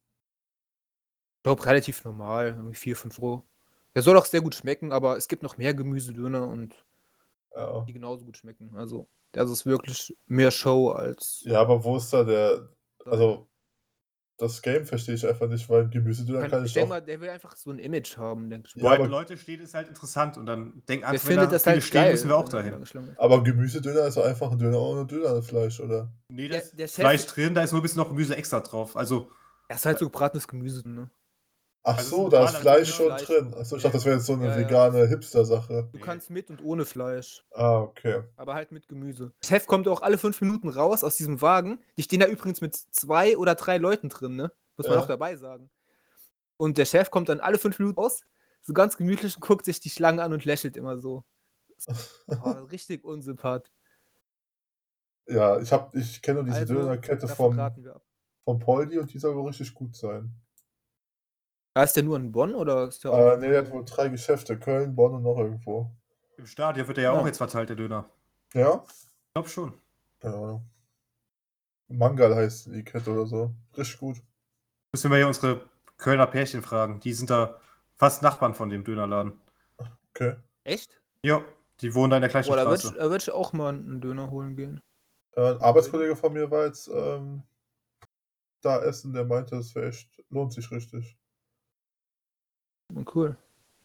Ich glaube, relativ normal. Irgendwie vier, fünf Euro. Der soll auch sehr gut schmecken, aber es gibt noch mehr Gemüsedöner und Ja. die genauso gut schmecken. Also, das ist wirklich mehr Show als. Ja, aber wo ist da der. Also, das Game verstehe ich einfach nicht, weil 'n Gemüsedöner Kann, kann ich ich denke auch mal, der will einfach so ein Image haben, denke ich Ja, Wo mal. halt aber Leute stehen, ist halt interessant und dann denken Der einfach, wenn findet da das viele halt stehen, geil, müssen wir auch wenn da eine dahin. lange Schlange ist. aber Gemüsedöner ist doch einfach 'n Döner ohne Dönerfleisch, oder? Ne, da Der, ist der Chef, Fleisch drin, da ist nur 'n bisschen noch Gemüse extra drauf. Also er ist halt so gebratenes Gemüse, ne? Ach also es ist 'n so, da ist normaler Döner Fleisch Mit mit schon Fleisch drin. noch. Ach so, ich Ja, dachte, das wäre jetzt so 'ne ja, ja. vegane Hipster-Sache. Du Ne. kannst mit und ohne Fleisch, Ah, okay. aber halt mit Gemüse. Der Chef kommt auch alle fünf Minuten raus aus diesem Wagen. Die stehen da übrigens mit zwei oder drei Leuten drin, ne? Muss man auch Ja. dabei sagen. Und der Chef kommt dann alle fünf Minuten raus, so ganz gemütlich und guckt sich die Schlange an und lächelt immer so. Oh, richtig unsympath. Ja, ich habe ich kenne nur diese Also, Dönerkette davon vom raten wir ab. vom Poldi und die soll wohl richtig gut sein. Ah, ist der nur in Bonn oder ist der auch Äh, ne, der hat wohl drei Geschäfte, Köln, Bonn und noch irgendwo. Im Stadion wird der ja auch Ja. jetzt verteilt, der Döner. Ja? Ich glaube schon. Keine Ahnung. Mangal heißt die Kette oder so. Richtig gut. Müssen wir hier unsere Kölner Pärchen fragen. Die sind da fast Nachbarn von dem Dönerladen. Okay. Echt? Ja, die wohnen da in der gleichen Boah, da würde ich, Straße. da würd ich auch mal einen Döner holen gehen. Äh, 'n Arbeitskollege von mir war jetzt, ähm, da essen, der meinte, es wäre echt lohnt sich richtig. Oh, cool.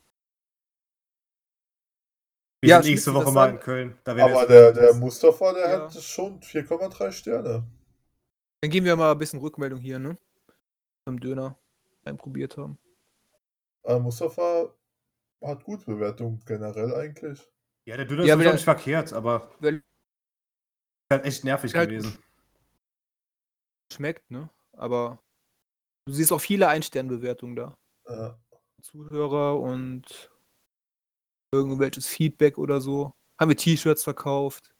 Wir Ja, sind nächste Schmitzi, Woche was mal sagen- in Köln. Da werden wir Aber jetzt der mal der testen. Mustafa, der Ja. hat schon vier Komma drei Sterne. Dann geben wir mal ein bisschen Rückmeldung hier, ne? Beim Döner einprobiert haben. Äh, Mustafa hat gute Bewertungen generell eigentlich. Ja, der Döner Ja, ist aber auch der- nicht verkehrt, aber Weil halt echt nervig halt gewesen. schmeckt, ne? Aber du siehst auch viele Ein-Stern-Bewertungen da. Ja. Zuhörer und irgendwelches Feedback oder so. Haben wir T-Shirts verkauft.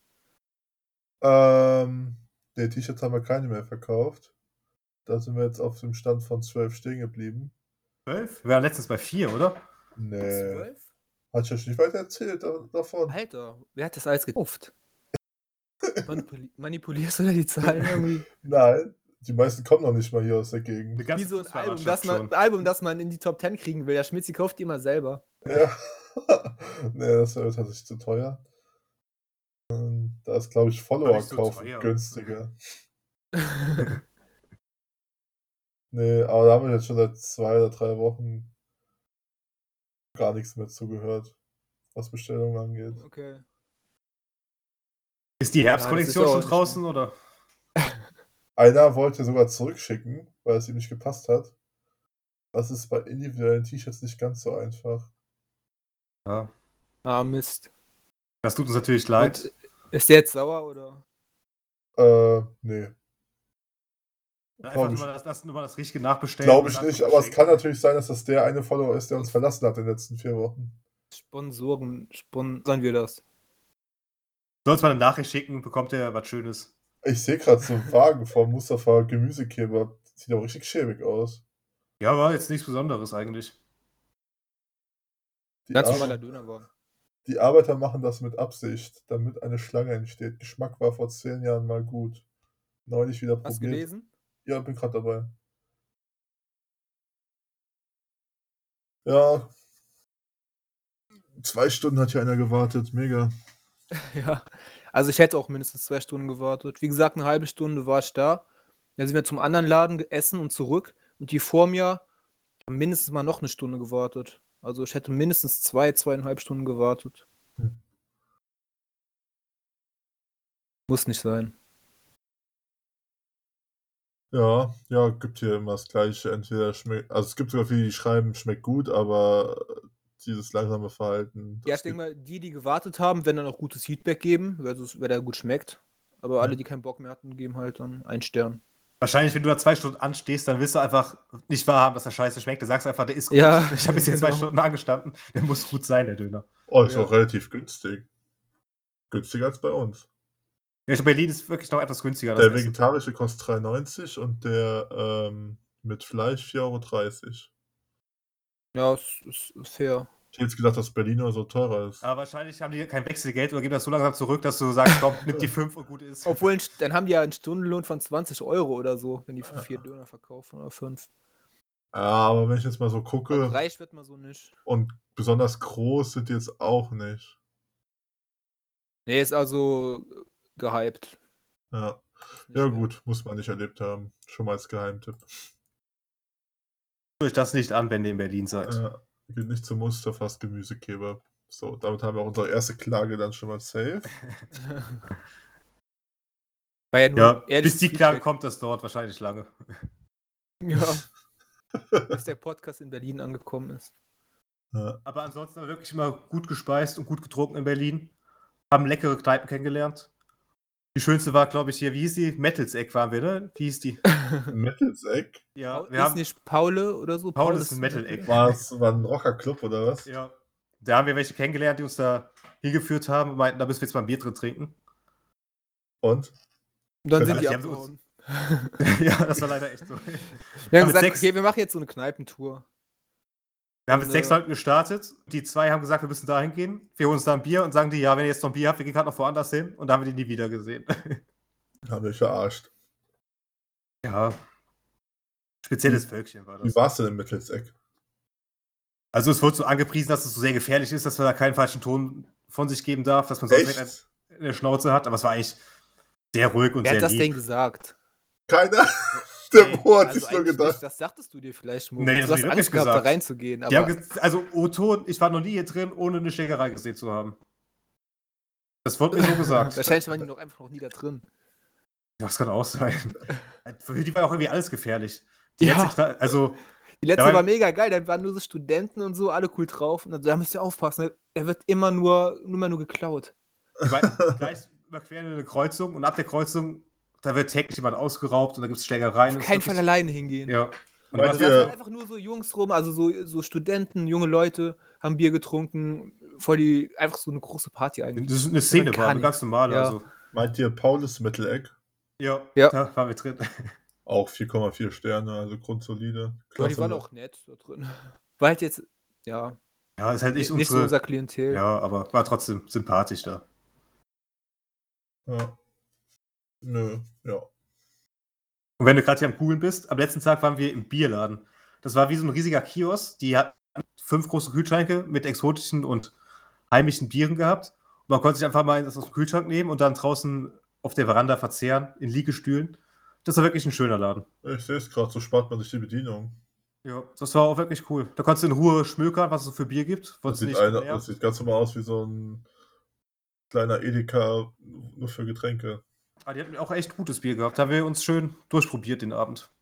Ähm, ne, T-Shirts haben wir keine mehr verkauft. Da sind wir jetzt auf dem Stand von zwölf stehen geblieben. zwölf? Wir waren letztens bei vier, oder? Ne, zwölf? hatte ich euch nicht weiter erzählt da davon? Alter, wer hat das alles gekauft? Manipuli manipulierst du da die Zahlen irgendwie? Nein, die meisten kommen noch nicht mal hier aus der 'Ne Gegend. ganze Wie so 'n Album, Fußballmannschaft das man schon. ein Album, das man in die Top zehn kriegen will. Der Schmitzi kauft die immer selber. Ja. Ne, das wäre tatsächlich zu teuer. Ähm, da ist, glaube ich, War Follower nicht so kaufen teuer. günstiger. Ne, aber da haben wir jetzt schon seit zwei oder drei Wochen gar nix mehr zu gehört, was Bestellungen angeht. Okay. Ist die Ja, das ist Herbstkollektion ja schon auch nicht draußen, schlimm. oder? Einer wollte sogar zurückschicken, weil es ihm nicht gepasst hat. Das ist bei individuellen T-Shirts nicht ganz so einfach. Ja. Ah, Mist. Das tut uns natürlich leid. Und ist der jetzt sauer oder? Äh, ne. Einfach Glaube nur ich mal das das nur mal das Richtige nachbestellen glaube und ich dann nicht, aber es kann verschenken. natürlich sein, dass das der eine Follower ist, der uns verlassen hat in den letzten vier Wochen. Sponsoren sponsern wir das. Sollst mal 'ne Nachricht schicken, bekommt er was Schönes. Ich sehe grad so 'n Wagen vom Mustafa Gemüsekebab. Sieht aber richtig schäbig aus. Ja, war jetzt nichts Besonderes eigentlich. Die Ganz Ar normaler Dönerwagen. die Arbeiter machen das mit Absicht, damit eine Schlange entsteht. Geschmack war vor zehn Jahren mal gut. Neulich wieder Hast du probiert. gelesen? Ja, bin grad dabei. Ja. zwei Stunden hat hier einer gewartet, mega. Ja, also ich hätte auch mindestens zwei Stunden gewartet. Wie gesagt, 'ne halbe Stunde war ich da. Dann sind wir zum anderen Laden ge essen und zurück und die vor mir haben mindestens mal noch 'ne Stunde gewartet. Also, ich hätte mindestens zwei, zweieinhalb Stunden gewartet. Hm. Muss nicht sein. Ja, ja, gibt hier immer das Gleiche. Entweder schmeckt also, es gibt sogar viele, die schreiben, schmeckt gut, aber dieses langsame Verhalten, Ja, das ich denke gibt mal, die, die gewartet haben, werden dann auch gutes Feedback geben, weil es weil der gut schmeckt. Aber alle, Ja. die keinen Bock mehr hatten, geben halt dann einen Stern. Wahrscheinlich, wenn du da zwei Stunden anstehst, dann willst du einfach nicht wahrhaben, dass der scheiße schmeckt. Du sagst einfach, der ist gut. Ja, Ich habe jetzt hier zwei genau. Stunden angestanden. Der muss gut sein, der Döner. Oh, ist Ja. auch relativ günstig. Günstiger als bei uns. Ja, ich Berlin ist wirklich noch etwas günstiger, das Der Essen. vegetarische kostet drei neunzig und der, ähm, mit Fleisch vier Euro dreißig. Ja, ist ist ist fair. Ich hätte jetzt gedacht, dass Berliner so teurer ist. Aber wahrscheinlich haben die kein Wechselgeld oder geben das so langsam zurück, dass du sagst: „Komm, nimm die fünf und gut ist.“ Obwohl, 'n St dann haben die ja 'n Stundenlohn von zwanzig Euro oder so, wenn die für Ja. vier Döner verkaufen oder fünf. Ja, aber wenn ich jetzt mal so Also, gucke reich wird man so nicht. und besonders groß sind die jetzt auch nicht. Ne, ist also gehypt. Ja. Nicht Ja mehr. gut, muss man nicht erlebt haben. Schon mal als Geheimtipp. euch das nicht an, wenn ihr in Berlin seid. Äh, geht nicht zum Musterfass Gemüsekebab. So, damit haben wir unsere erste Klage dann schon mal safe. War ja nur Ja, ehrliches bis die Klage Feedback. kommt, das dauert wahrscheinlich lange. Ja, bis der Podcast in Berlin angekommen ist. Ja. Aber ansonsten haben wir wirklich immer gut gespeist und gut getrunken in Berlin. Haben leckere Kneipen kennengelernt. Die schönste war, glaube ich, hier, wie hieß die? Metals Eck waren wir, ne? Wie hieß die? Metals Egg? Ja, Paul, wir ist haben. nicht Paule oder so? Paul Paul ist ein Metal Egg. War es war ein Rockerclub oder was? Ja. Da haben wir welche kennengelernt, die uns da hingeführt haben und meinten, da müssen wir jetzt mal ein Bier drin trinken. Und? Und dann Ja, sind die die haben abgehauen. Ja, das war leider echt so. Wir haben mit gesagt, sechs- okay, wir machen jetzt so eine Kneipentour. Wir haben mit Und, sechs äh, Leuten gestartet. Die zwei haben gesagt, wir müssen da hingehen. Wir holen uns da ein Bier und sagen die, ja, wenn ihr jetzt noch ein Bier habt, wir gehen gerade noch woanders hin. Und da haben wir die nie wieder gesehen. Haben mich verarscht. Ja. Spezielles Völkchen war Wie das. war's denn im Metals Egg? Also es wurde so angepriesen, dass es so sehr gefährlich ist, dass man da keinen falschen Ton von sich geben darf, dass man sonst direkt Echt? einen in der Schnauze hat. Aber es war eigentlich sehr ruhig und wer sehr hat das lieb. denn gesagt? Keiner? Der Nee, Mo hat Also sich nur eigentlich gedacht. nicht, das dachtest du dir vielleicht, Mo. Nee, das du hab ich hast wirklich Angst gehabt, da gesagt. reinzugehen. Die haben Aber ge- also O-Ton, ich war noch nie hier drin, ohne eine Schlägerei gesehen zu haben. Das wurde mir so gesagt. wahrscheinlich waren die noch einfach noch nie da drin. Das kann auch sein. Für die war auch irgendwie alles gefährlich. Die Ja. letzte Kla- also Die letzte Dabei- war mega geil, da waren nur so Studenten und so, alle cool drauf. Und da müsst ihr aufpassen, ne? Er wird immer nur, immer nur geklaut. die war gleich überqueren eine Kreuzung und ab der Kreuzung, da wird täglich jemand ausgeraubt und da gibt es Schlägereien. Auf und keinen das Fall ist- alleine hingehen. Ja. Und Meint was ihr- Da wir, waren einfach nur so Jungs rum, also so, so Studenten, junge Leute, haben Bier getrunken, voll die, einfach so eine große Party eigentlich. das ist eine Szene gar war, eine nicht. ganz normale. Ja. Also, Meint ihr Paulus Metal Egg? ja, Ja. da waren wir drin. Auch vier Komma vier Sterne, also grundsolide. Aber die Klasse. waren auch nett da drin. War halt jetzt, ja, Ja, ist halt nicht, nicht so unsere. unser Klientel. Ja, aber war trotzdem sympathisch da. Ja. Nö, ja. Und wenn du gerade hier am Coolen bist, am letzten Tag waren wir im Bierladen. Das war wie so ein riesiger Kiosk. Die hatten fünf große Kühlschränke mit exotischen und heimischen Bieren gehabt. Und man konnte sich einfach mal das aus dem Kühlschrank nehmen und dann draußen auf der Veranda verzehren, in Liegestühlen. Das war wirklich ein schöner Laden. Ich sehe es gerade, so spart man sich die Bedienung. Ja, das war auch wirklich cool. Da konntest du in Ruhe schmökern, was es so für Bier gibt. Das Wolltest du sieht, nicht einer, leer. das sieht ganz normal aus wie so ein kleiner Edeka nur für Getränke. Aber die hatten auch echt gutes Bier gehabt. Da haben wir uns schön durchprobiert den Abend.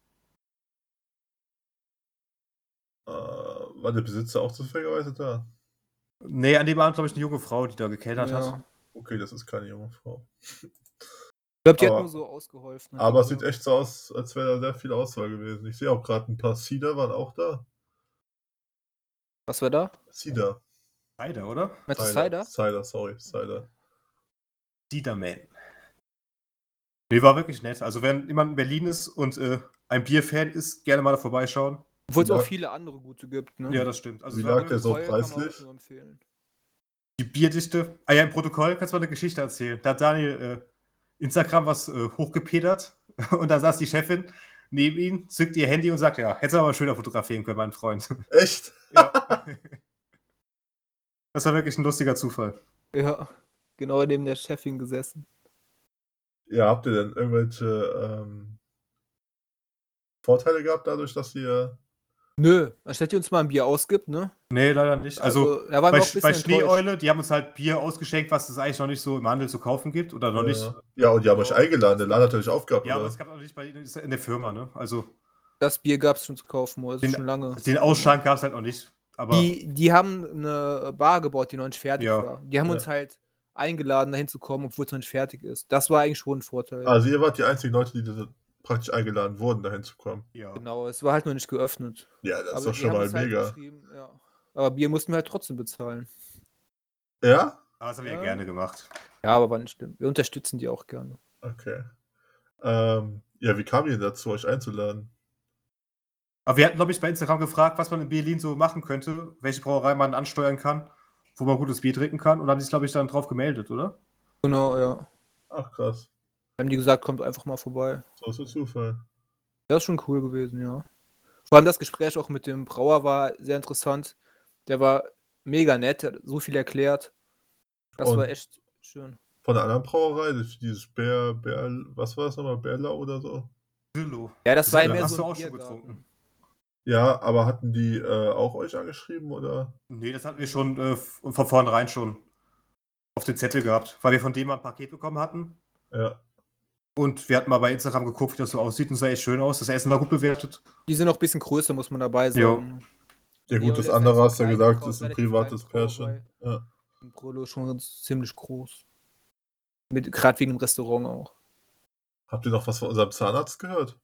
Äh, war der Besitzer auch zufälligerweise da? Nee, an dem Abend, glaube ich, eine junge Frau, die da gekellnert Ja. hat. Okay, das ist keine junge Frau. Ich glaube, die hat Aber- nur so ausgeholfen. Aber es sieht echt so aus, als wäre da sehr viel Auswahl gewesen. Ich sehe auch gerade ein paar Cider waren auch da. Was war da? Cider. Cider, oder? Meinst du Cider? Cider, sorry, Cider. Ciderman. Nee, war wirklich nett. Also, wenn jemand in Berlin ist und äh, ein Bierfan ist, gerne mal da vorbeischauen. Obwohl es Ja. auch viele andere gute gibt. Ne? Ja, das stimmt. Also, Wie es war lag der so Voll kann man auch preislich? nur empfehlen. die Bierdichte. Ah ja, im Protokoll kannst du mal eine Geschichte erzählen. Da hat Daniel äh, Instagram was äh, hochgepedert und da saß die Chefin neben ihm, zückt ihr Handy und sagt, ja, hättest du aber schöner fotografieren können, mein Freund. Echt? Ja. Das war wirklich ein lustiger Zufall. Ja, genau neben der Chefin gesessen. Ja, habt ihr denn irgendwelche ähm, Vorteile gehabt dadurch, dass ihr. Nö, anstatt ihr uns mal ein Bier ausgibt, ne? Nee, leider nicht. Also, da waren bei, wir auch ein bisschen bei enttäuscht. Schneeeule, die haben uns halt Bier ausgeschenkt, was es eigentlich noch nicht so im Handel zu kaufen gibt oder noch nicht. äh, ja, und die haben euch eingeladen, der Laden hat euch aufgehabt, Ja, aber oder? es gab noch nicht bei ihnen in der Firma, ne? Also, Das Bier gab es schon zu kaufen, also Den- schon lange. den Ausschank gab es halt noch nicht. Aber Die, die haben eine Bar gebaut, die noch nicht fertig Ja. war. Die haben Ja. uns halt eingeladen, dahin zu kommen, obwohl es noch nicht fertig ist. Das war eigentlich schon ein Vorteil. Also ihr wart die einzigen Leute, die da praktisch eingeladen wurden, dahin zu kommen. ja. Genau, es war halt noch nicht geöffnet. Ja, das ist Aber doch die schon haben mal uns halt mega. geschrieben, ja. Aber Bier mussten wir halt trotzdem bezahlen. Ja? Aber das haben wir ja Ja. gerne gemacht. Ja, aber war nicht schlimm. Wir unterstützen die auch gerne. Okay. Ähm, ja, wie kam ihr dazu, euch einzuladen? Aber wir hatten, glaube ich, bei Instagram gefragt, was man in Berlin so machen könnte, welche Brauerei man ansteuern kann, wo man gutes Bier trinken kann. Und haben sich, glaube ich, dann drauf gemeldet, oder? Genau, ja. Ach krass, Haben die gesagt, kommt einfach mal vorbei. so ist der Zufall. Das ist schon cool gewesen, ja. Vor allem das Gespräch auch mit dem Brauer war sehr interessant. Der war mega nett, der hat so viel erklärt. Das Und- war echt schön. Von einer anderen Brauerei, das- dieses Bär, Bär, was war das nochmal, Bärlau oder so? Zillow. Ja, das, Das war hast mehr du so ein auch schon Biergarten. getrunken. Ja, aber hatten die, äh, auch euch angeschrieben, oder? Nee, das hatten wir schon äh, f- von vornherein schon auf den Zettel gehabt, weil wir von dem mal ein Paket bekommen hatten. Ja. Und wir hatten mal bei Instagram geguckt, wie das so aussieht und es sah echt schön aus. Das Essen war gut bewertet. Die sind noch ein bisschen größer, muss man dabei Jo. sagen. Ja Neo, gut, das der ist andere eigentlich hast du ja klein gesagt, getraut, ist ein relativ klein privates getraut, Pärchen. weil Ja. ein Brüllo ist schon ziemlich groß. Mit, gerade wegen dem Restaurant auch. Habt ihr noch was von unserem Zahnarzt gehört?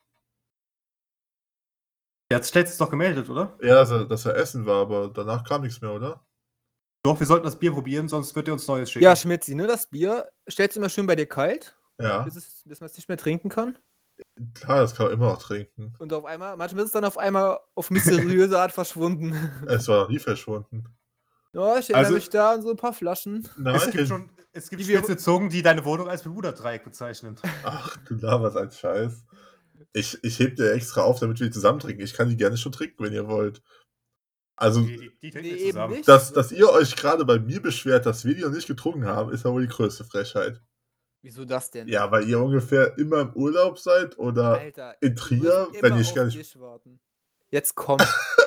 Der hat sich letztens doch gemeldet, oder? Ja, dass er, dass er essen war, aber danach kam nichts mehr, oder? Doch, wir sollten das Bier probieren, sonst wird er uns Neues schicken. Ja, Schmitzi, ne, das Bier stellst du immer schön bei dir kalt, Ja, bis, es, bis man es nicht mehr trinken kann. klar, das kann man immer noch trinken. Und auf einmal, manchmal ist es dann auf einmal auf mysteriöse Art verschwunden. Es war noch nie verschwunden. Ja, ich erinnere Also- mich da an so ein paar Flaschen. Nein, Es gibt schon, es gibt Die wir- spitze Zungen, die deine Wohnung als Bermuda-Dreieck bezeichnen. Ach, du laberst ein Scheiß. Ich, ich heb dir extra auf, damit wir die zusammen trinken. Ich kann die gerne schon trinken, wenn ihr wollt. Also, Die, die, die trinken Nee, wir eben zusammen. nicht. dass, dass ihr euch gerade bei mir beschwert, dass wir die noch nicht getrunken haben, ist ja wohl die größte Frechheit. Wieso das denn? Ja, weil ihr ungefähr immer im Urlaub seid oder Alter, in du Trier, wirst wenn immer ich auf gar nicht. dich warten. Jetzt komm.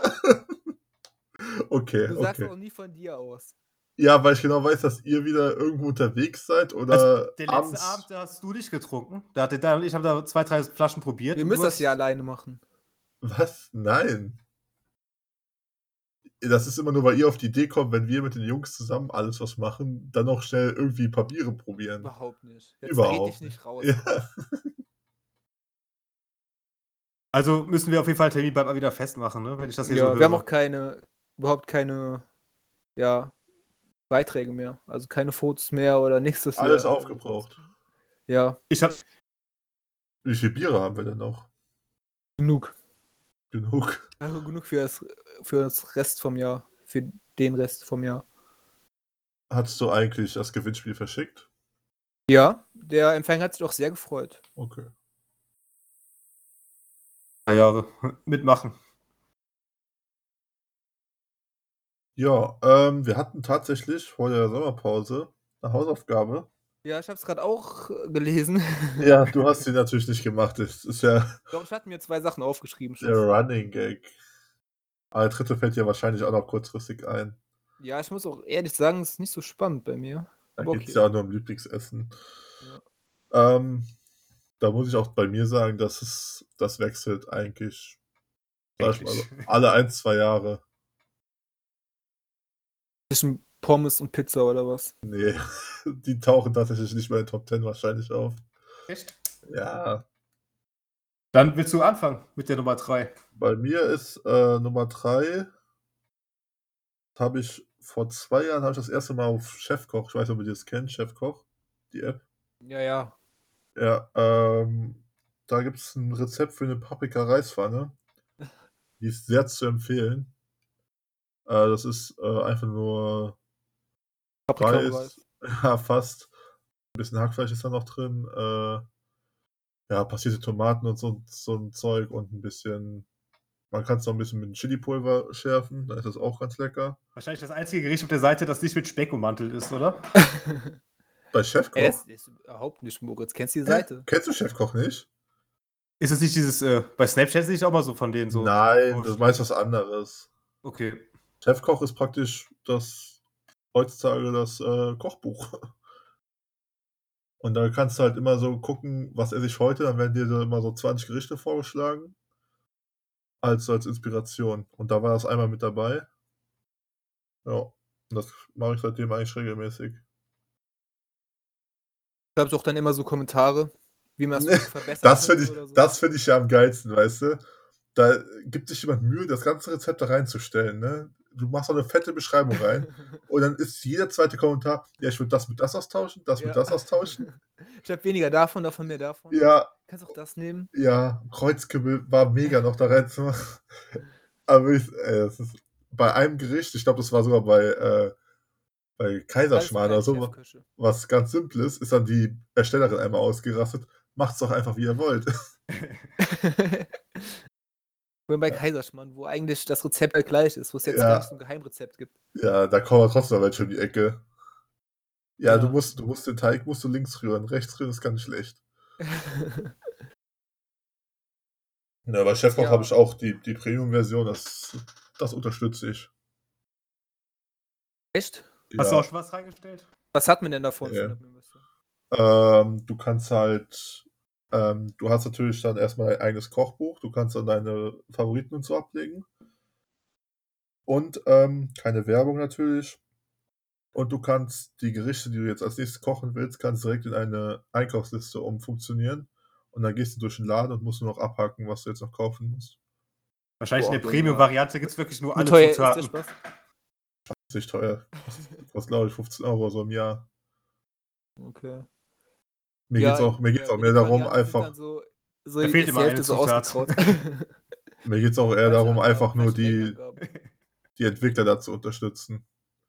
Okay, Du sagst okay. auch nie von dir aus. Ja, weil ich genau weiß, dass ihr wieder irgendwo unterwegs seid oder Also, der letzte abends. Abend, da hast du nicht getrunken. Da hatte Dan und ich haben da zwei, drei Flaschen probiert. Wir und müssen du das hast- ja alleine machen. Was? Nein. Das ist immer nur, weil ihr auf die Idee kommt, wenn wir mit den Jungs zusammen alles was machen, dann noch schnell irgendwie Papiere probieren. Überhaupt nicht. Jetzt Überhaupt red dich nicht raus. Ja. Also müssen wir auf jeden Fall den Termin bald mal wieder festmachen, ne? Wenn ich das hier Ja, so höre. wir haben auch keine, überhaupt keine, ja, Beiträge mehr. Also keine Fotos mehr oder nichts. das wir- Alles aufgebraucht. Ja, Ich hab, Wie viele Biere haben wir denn noch? genug. Genug. Also genug für das, für das Rest vom Jahr. Für den Rest vom Jahr. Hattest du eigentlich das Gewinnspiel verschickt? Ja, der Empfänger hat sich auch sehr gefreut. Okay. Jahre mitmachen. Ja, ähm, wir hatten tatsächlich vor der Sommerpause eine Hausaufgabe. Ja, ich habe es gerade auch äh, gelesen. Ja, du hast sie natürlich nicht gemacht. Das ist ja Ich glaube, ich hatte mir zwei Sachen aufgeschrieben. der Schon. Running Gag. Aber der dritte fällt dir wahrscheinlich auch noch kurzfristig ein. Ja, ich muss auch ehrlich sagen, es ist nicht so spannend bei mir. Da Aber geht es okay. ja auch nur um Lieblingsessen. Ähm, da muss ich auch bei mir sagen, dass es das wechselt eigentlich, sag ich mal so, Täglich. alle ein, zwei Jahre. Zwischen Pommes und Pizza oder was? Nee, die tauchen tatsächlich nicht mehr in den Top Ten wahrscheinlich auf. Echt? Ja, Dann willst du anfangen mit der Nummer drei. bei mir ist äh, Nummer drei, habe ich vor zwei Jahren, habe ich das erste Mal auf Chefkoch, ich weiß nicht, ob ihr das kennt, Chefkoch, die App. Ja, ja. Ja, ähm, da gibt es ein Rezept für eine Paprika-Reispfanne. Die ist sehr zu empfehlen. Äh, das ist äh, einfach nur Paprika und Reis, Reis. ja, fast. Ein bisschen Hackfleisch ist da noch drin. Äh, ja, passierte Tomaten und so, so ein Zeug und ein bisschen. Man kann es noch ein bisschen mit Chili-Pulver schärfen, dann ist das auch ganz lecker. Wahrscheinlich das einzige Gericht auf der Seite, das nicht mit Speck ummantelt ist, oder? Bei Chefkoch. Ey, das ist überhaupt nicht, Moritz. Kennst du die Hä? Seite? Kennst du Chefkoch nicht? Ist es nicht dieses, äh, bei Snapchat sehe ich auch mal so von denen so. Nein, Oh, das meinst was anderes. Okay. Chefkoch ist praktisch das heutzutage das äh, Kochbuch. Und da kannst du halt immer so gucken, was esse ich heute, dann werden dir so immer so zwanzig Gerichte vorgeschlagen. Als, als Inspiration. Und da war das einmal mit dabei. Ja, und das mache ich seitdem eigentlich regelmäßig. Da habe ich auch dann immer so Kommentare, wie man Nee, das verbessern Das finde könnte ich, oder so. das find ich ja am geilsten, weißt du? Da gibt sich jemand Mühe, das ganze Rezept da reinzustellen. Ne? Du machst so eine fette Beschreibung rein und dann ist jeder zweite Kommentar, ja, ich würde das mit das austauschen, das mit Ja. das austauschen. Ich habe weniger davon, davon mehr davon. Ja, Kannst auch das nehmen. ja, Kreuzkümmel war mega noch da reinzumachen. Aber ich, ey, das ist bei einem Gericht, ich glaube, das war sogar bei, äh, bei Kaiserschmarrn oder Alles so, kleine Chefköche. was ganz Simples, ist dann die Erstellerin einmal ausgerastet. Macht's doch einfach, wie ihr wollt. Oder bei Kaiserschmarrn, wo eigentlich das Rezept halt gleich ist, wo es jetzt Ja. gar nicht so ein Geheimrezept gibt. Ja, da kommen wir trotzdem welche um die Ecke. Ja, Ja. du musst, du musst den Teig musst du links rühren. Rechts rühren ist ganz schlecht. Ja, bei Chefkoch Ja. habe ich auch die, die Premium-Version, das, das unterstütze ich. Echt? Hast du Ja, auch schon was reingestellt? Was hat man denn davon Ja. von der Premium-Version? ähm, du kannst halt, ähm, du hast natürlich dann erstmal ein eigenes Kochbuch, du kannst dann deine Favoriten und so ablegen. Und ähm, keine Werbung natürlich. Und du kannst die Gerichte, die du jetzt als nächstes kochen willst, kannst direkt in eine Einkaufsliste umfunktionieren. Und dann gehst du durch den Laden und musst nur noch abhaken, was du jetzt noch kaufen musst. Wahrscheinlich Boah, in der genial. Premium-Variante gibt es wirklich nur Wie alle teuer ist der Zutaten. Spaß? Das ist nicht teuer. Kostet, kostet glaube ich, fünfzehn Euro so im Jahr. Okay. Mir Ja, geht's auch, mir in geht's der auch mehr darum, Billig-Variante sind dann einfach. so, so Da fehlt ist immer die eine Hälfte so Zutat. ausgegraut. Mir geht's auch eher Falsche darum, Angaben, einfach nur falsche die, Mengenangaben. die Entwickler da zu unterstützen.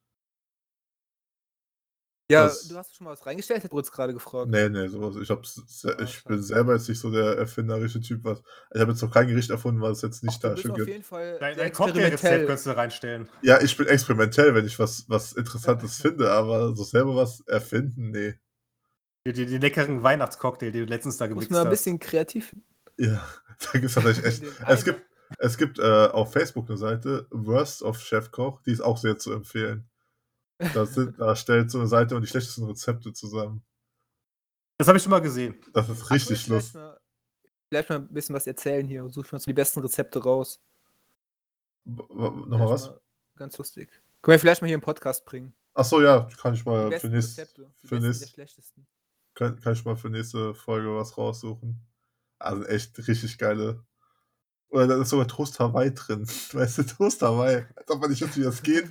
Ja, Das, du hast schon mal was reingestellt, hat Brutz gerade gefragt. nee, nee, sowas. Ich, hab's, se- Ah, ich bin schade. selber jetzt nicht so der erfinderische Typ. Was, ich habe jetzt noch kein Gericht erfunden, was es jetzt nicht Ach, da du bist schon auf gibt. jeden Fall Dein, sehr dein Cocktailrezept experimentell. könntest du reinstellen. Ja, ich bin experimentell, wenn ich was, was Interessantes finde, aber so selber was erfinden, nee. Die, die, die leckeren Weihnachtscocktail, die du letztens da Muss gemixt man ein hast. bisschen kreativ. Ja, da gibt's tatsächlich echt. Den Es Eimer. gibt, es gibt äh, auf Facebook eine Seite, Worst of Chefkoch, die ist auch sehr zu empfehlen. Da, sind, da stellt so eine Seite und die schlechtesten Rezepte zusammen. Das habe ich schon mal gesehen. Das ist Ach, richtig vielleicht lustig. mal, vielleicht mal ein bisschen was erzählen hier und suchen wir uns die besten Rezepte raus. W- w- Nochmal Vielleicht was? mal ganz lustig. Können wir vielleicht mal hier im Podcast bringen. Achso, ja, kann ich Die mal für, besten nächst, Rezepte, die für, besten der nächst, schlechtesten. kann, kann ich mal für nächste Folge was raussuchen. Also echt richtig geile. Oder da ist sogar Toast Hawaii drin. Weißt du, Toast Hawaii. Als ob man nicht wüsste, wie das geht.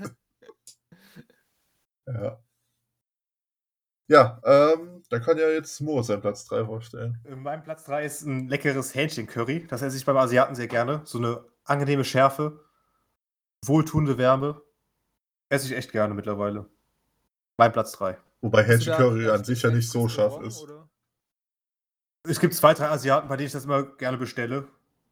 Ja. Ja, ähm, da kann ja jetzt Mo seinen Platz drei vorstellen. In meinem Platz drei ist ein leckeres Hähnchen-Curry. Das esse ich beim Asiaten sehr gerne. So eine angenehme Schärfe, wohltuende Wärme. Esse ich echt gerne mittlerweile. Mein Platz drei. Wobei Bist du Hähnchen da Curry in einem an sich ja speziellen nicht so scharf Restaurant, ist. oder? Es gibt zwei, drei Asiaten, bei denen ich das immer gerne bestelle.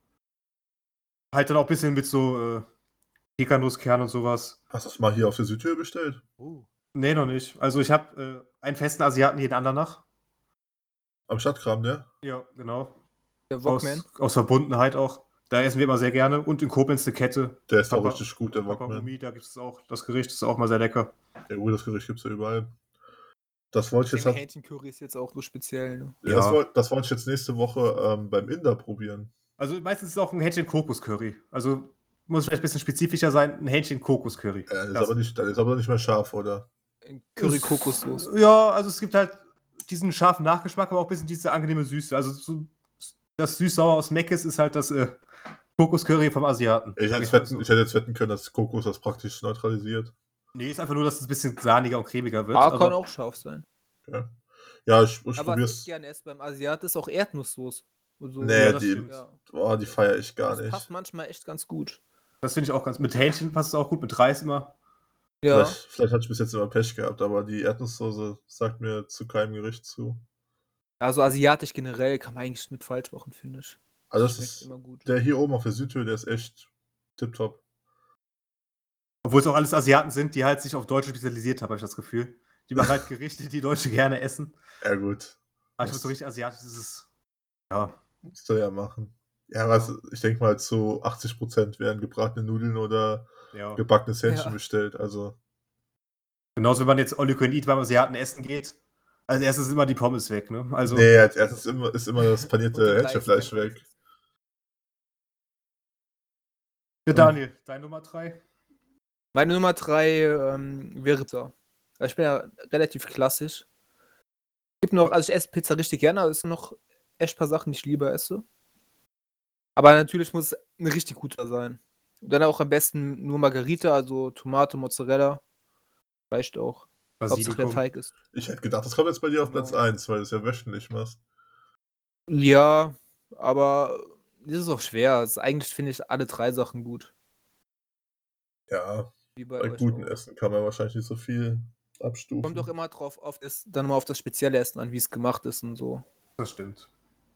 Halt dann auch ein bisschen mit so äh, Pekannusskern und sowas. Hast du das mal hier auf der Südtür bestellt? Oh. Nee, noch nicht. Also ich habe äh, einen festen Asiaten jeden Andernach. Am Stadtkram, ne? Ja, genau. Der Wokman. Aus, aus Verbundenheit auch. Da essen wir immer sehr gerne. Und in Koblenz eine Kette. Der ist auch Papa, richtig gut, der Papa Wokman. Umi, da gibt es auch das Gericht, das ist auch mal sehr lecker. Ja, gut, das Gericht gibt's ja überall. Das wollte ich jetzt, Der halt, Hähnchencurry ist jetzt auch so speziell. Ne? ja, das Ja. wollte das wollte ich jetzt nächste Woche ähm, beim Inder probieren. Also meistens ist es auch ein Hähnchen-Kokos-Curry. Also muss vielleicht ein bisschen spezifischer sein, ein Hähnchen-Kokos-Curry. Äh, das ist Das- aber nicht, das ist aber nicht mehr scharf, oder? In Curry-Kokossoße. Ja, also es gibt halt diesen scharfen Nachgeschmack, aber auch ein bisschen diese angenehme Süße. Also so, das süß-sauer aus Meckes ist halt das äh, Kokos-Curry vom Asiaten. Ich hätte, jetzt Sag wetten, mal ich so. hätte jetzt wetten können, dass Kokos das praktisch neutralisiert. Nee, ist einfach nur, dass es ein bisschen sahniger und cremiger wird. Ah, aber kann auch scharf sein. Ja, ja ich, ich Aber was ich probier's. gerne esse beim Asiat ist auch Erdnusssoße. Und so. Nee, Ja, das die, stimmt. Ja. oh, die feiere ich gar Das nicht. passt manchmal echt ganz gut. Das finde ich auch ganz. Mit Hähnchen passt es auch gut, mit Reis immer. Ja. Vielleicht, vielleicht hatte ich bis jetzt immer Pech gehabt, aber die Erdnusssoße sagt mir zu keinem Gericht zu. Also asiatisch generell kann man eigentlich nicht falsch machen, finde ich. Also das Schmeckt ist, immer gut. der hier oben auf der Südtür, der ist echt tipptopp. Obwohl es auch alles Asiaten sind, die halt sich auf Deutsche spezialisiert haben, habe ich das Gefühl. Die machen halt Gerichte, die Deutsche gerne essen. Ja gut, Aber ich Das- muss so richtig asiatisch ist es. Ja. musst du ja machen. Ja, was, ich denke mal, zu achtzig Prozent werden gebratene Nudeln oder ja. gebackenes Hähnchen Ja. bestellt. Also, Genauso, wenn man jetzt All You Can Eat beim Asiaten essen geht. Als erstes ist immer die Pommes weg, ne? Also, nee, als erstes ist immer, ist immer das Und panierte den Hähnchenfleisch Reis weg. ja, Daniel, dein Nummer drei? Meine Nummer drei ähm, wäre Pizza. Also ich bin ja relativ klassisch. Gibt noch, also ich esse Pizza richtig gerne, aber es sind noch echt ein paar Sachen, die ich lieber esse. Aber natürlich muss es ein richtig guter sein. Und dann auch am besten nur Margarita, also Tomate, Mozzarella. Reicht auch. Hauptsache der Basilikum. Teig ist. Ich hätte gedacht, das kommt jetzt bei dir auf Genau. Platz eins, weil du es ja wöchentlich machst. Ja, aber das ist auch schwer. Das ist, eigentlich finde ich alle drei Sachen gut. Ja, Wie bei bei euch gutem auch. Essen kann man wahrscheinlich nicht so viel abstufen. Kommt doch immer drauf auf das, dann mal auf das spezielle Essen an, wie es gemacht ist und so. Das stimmt.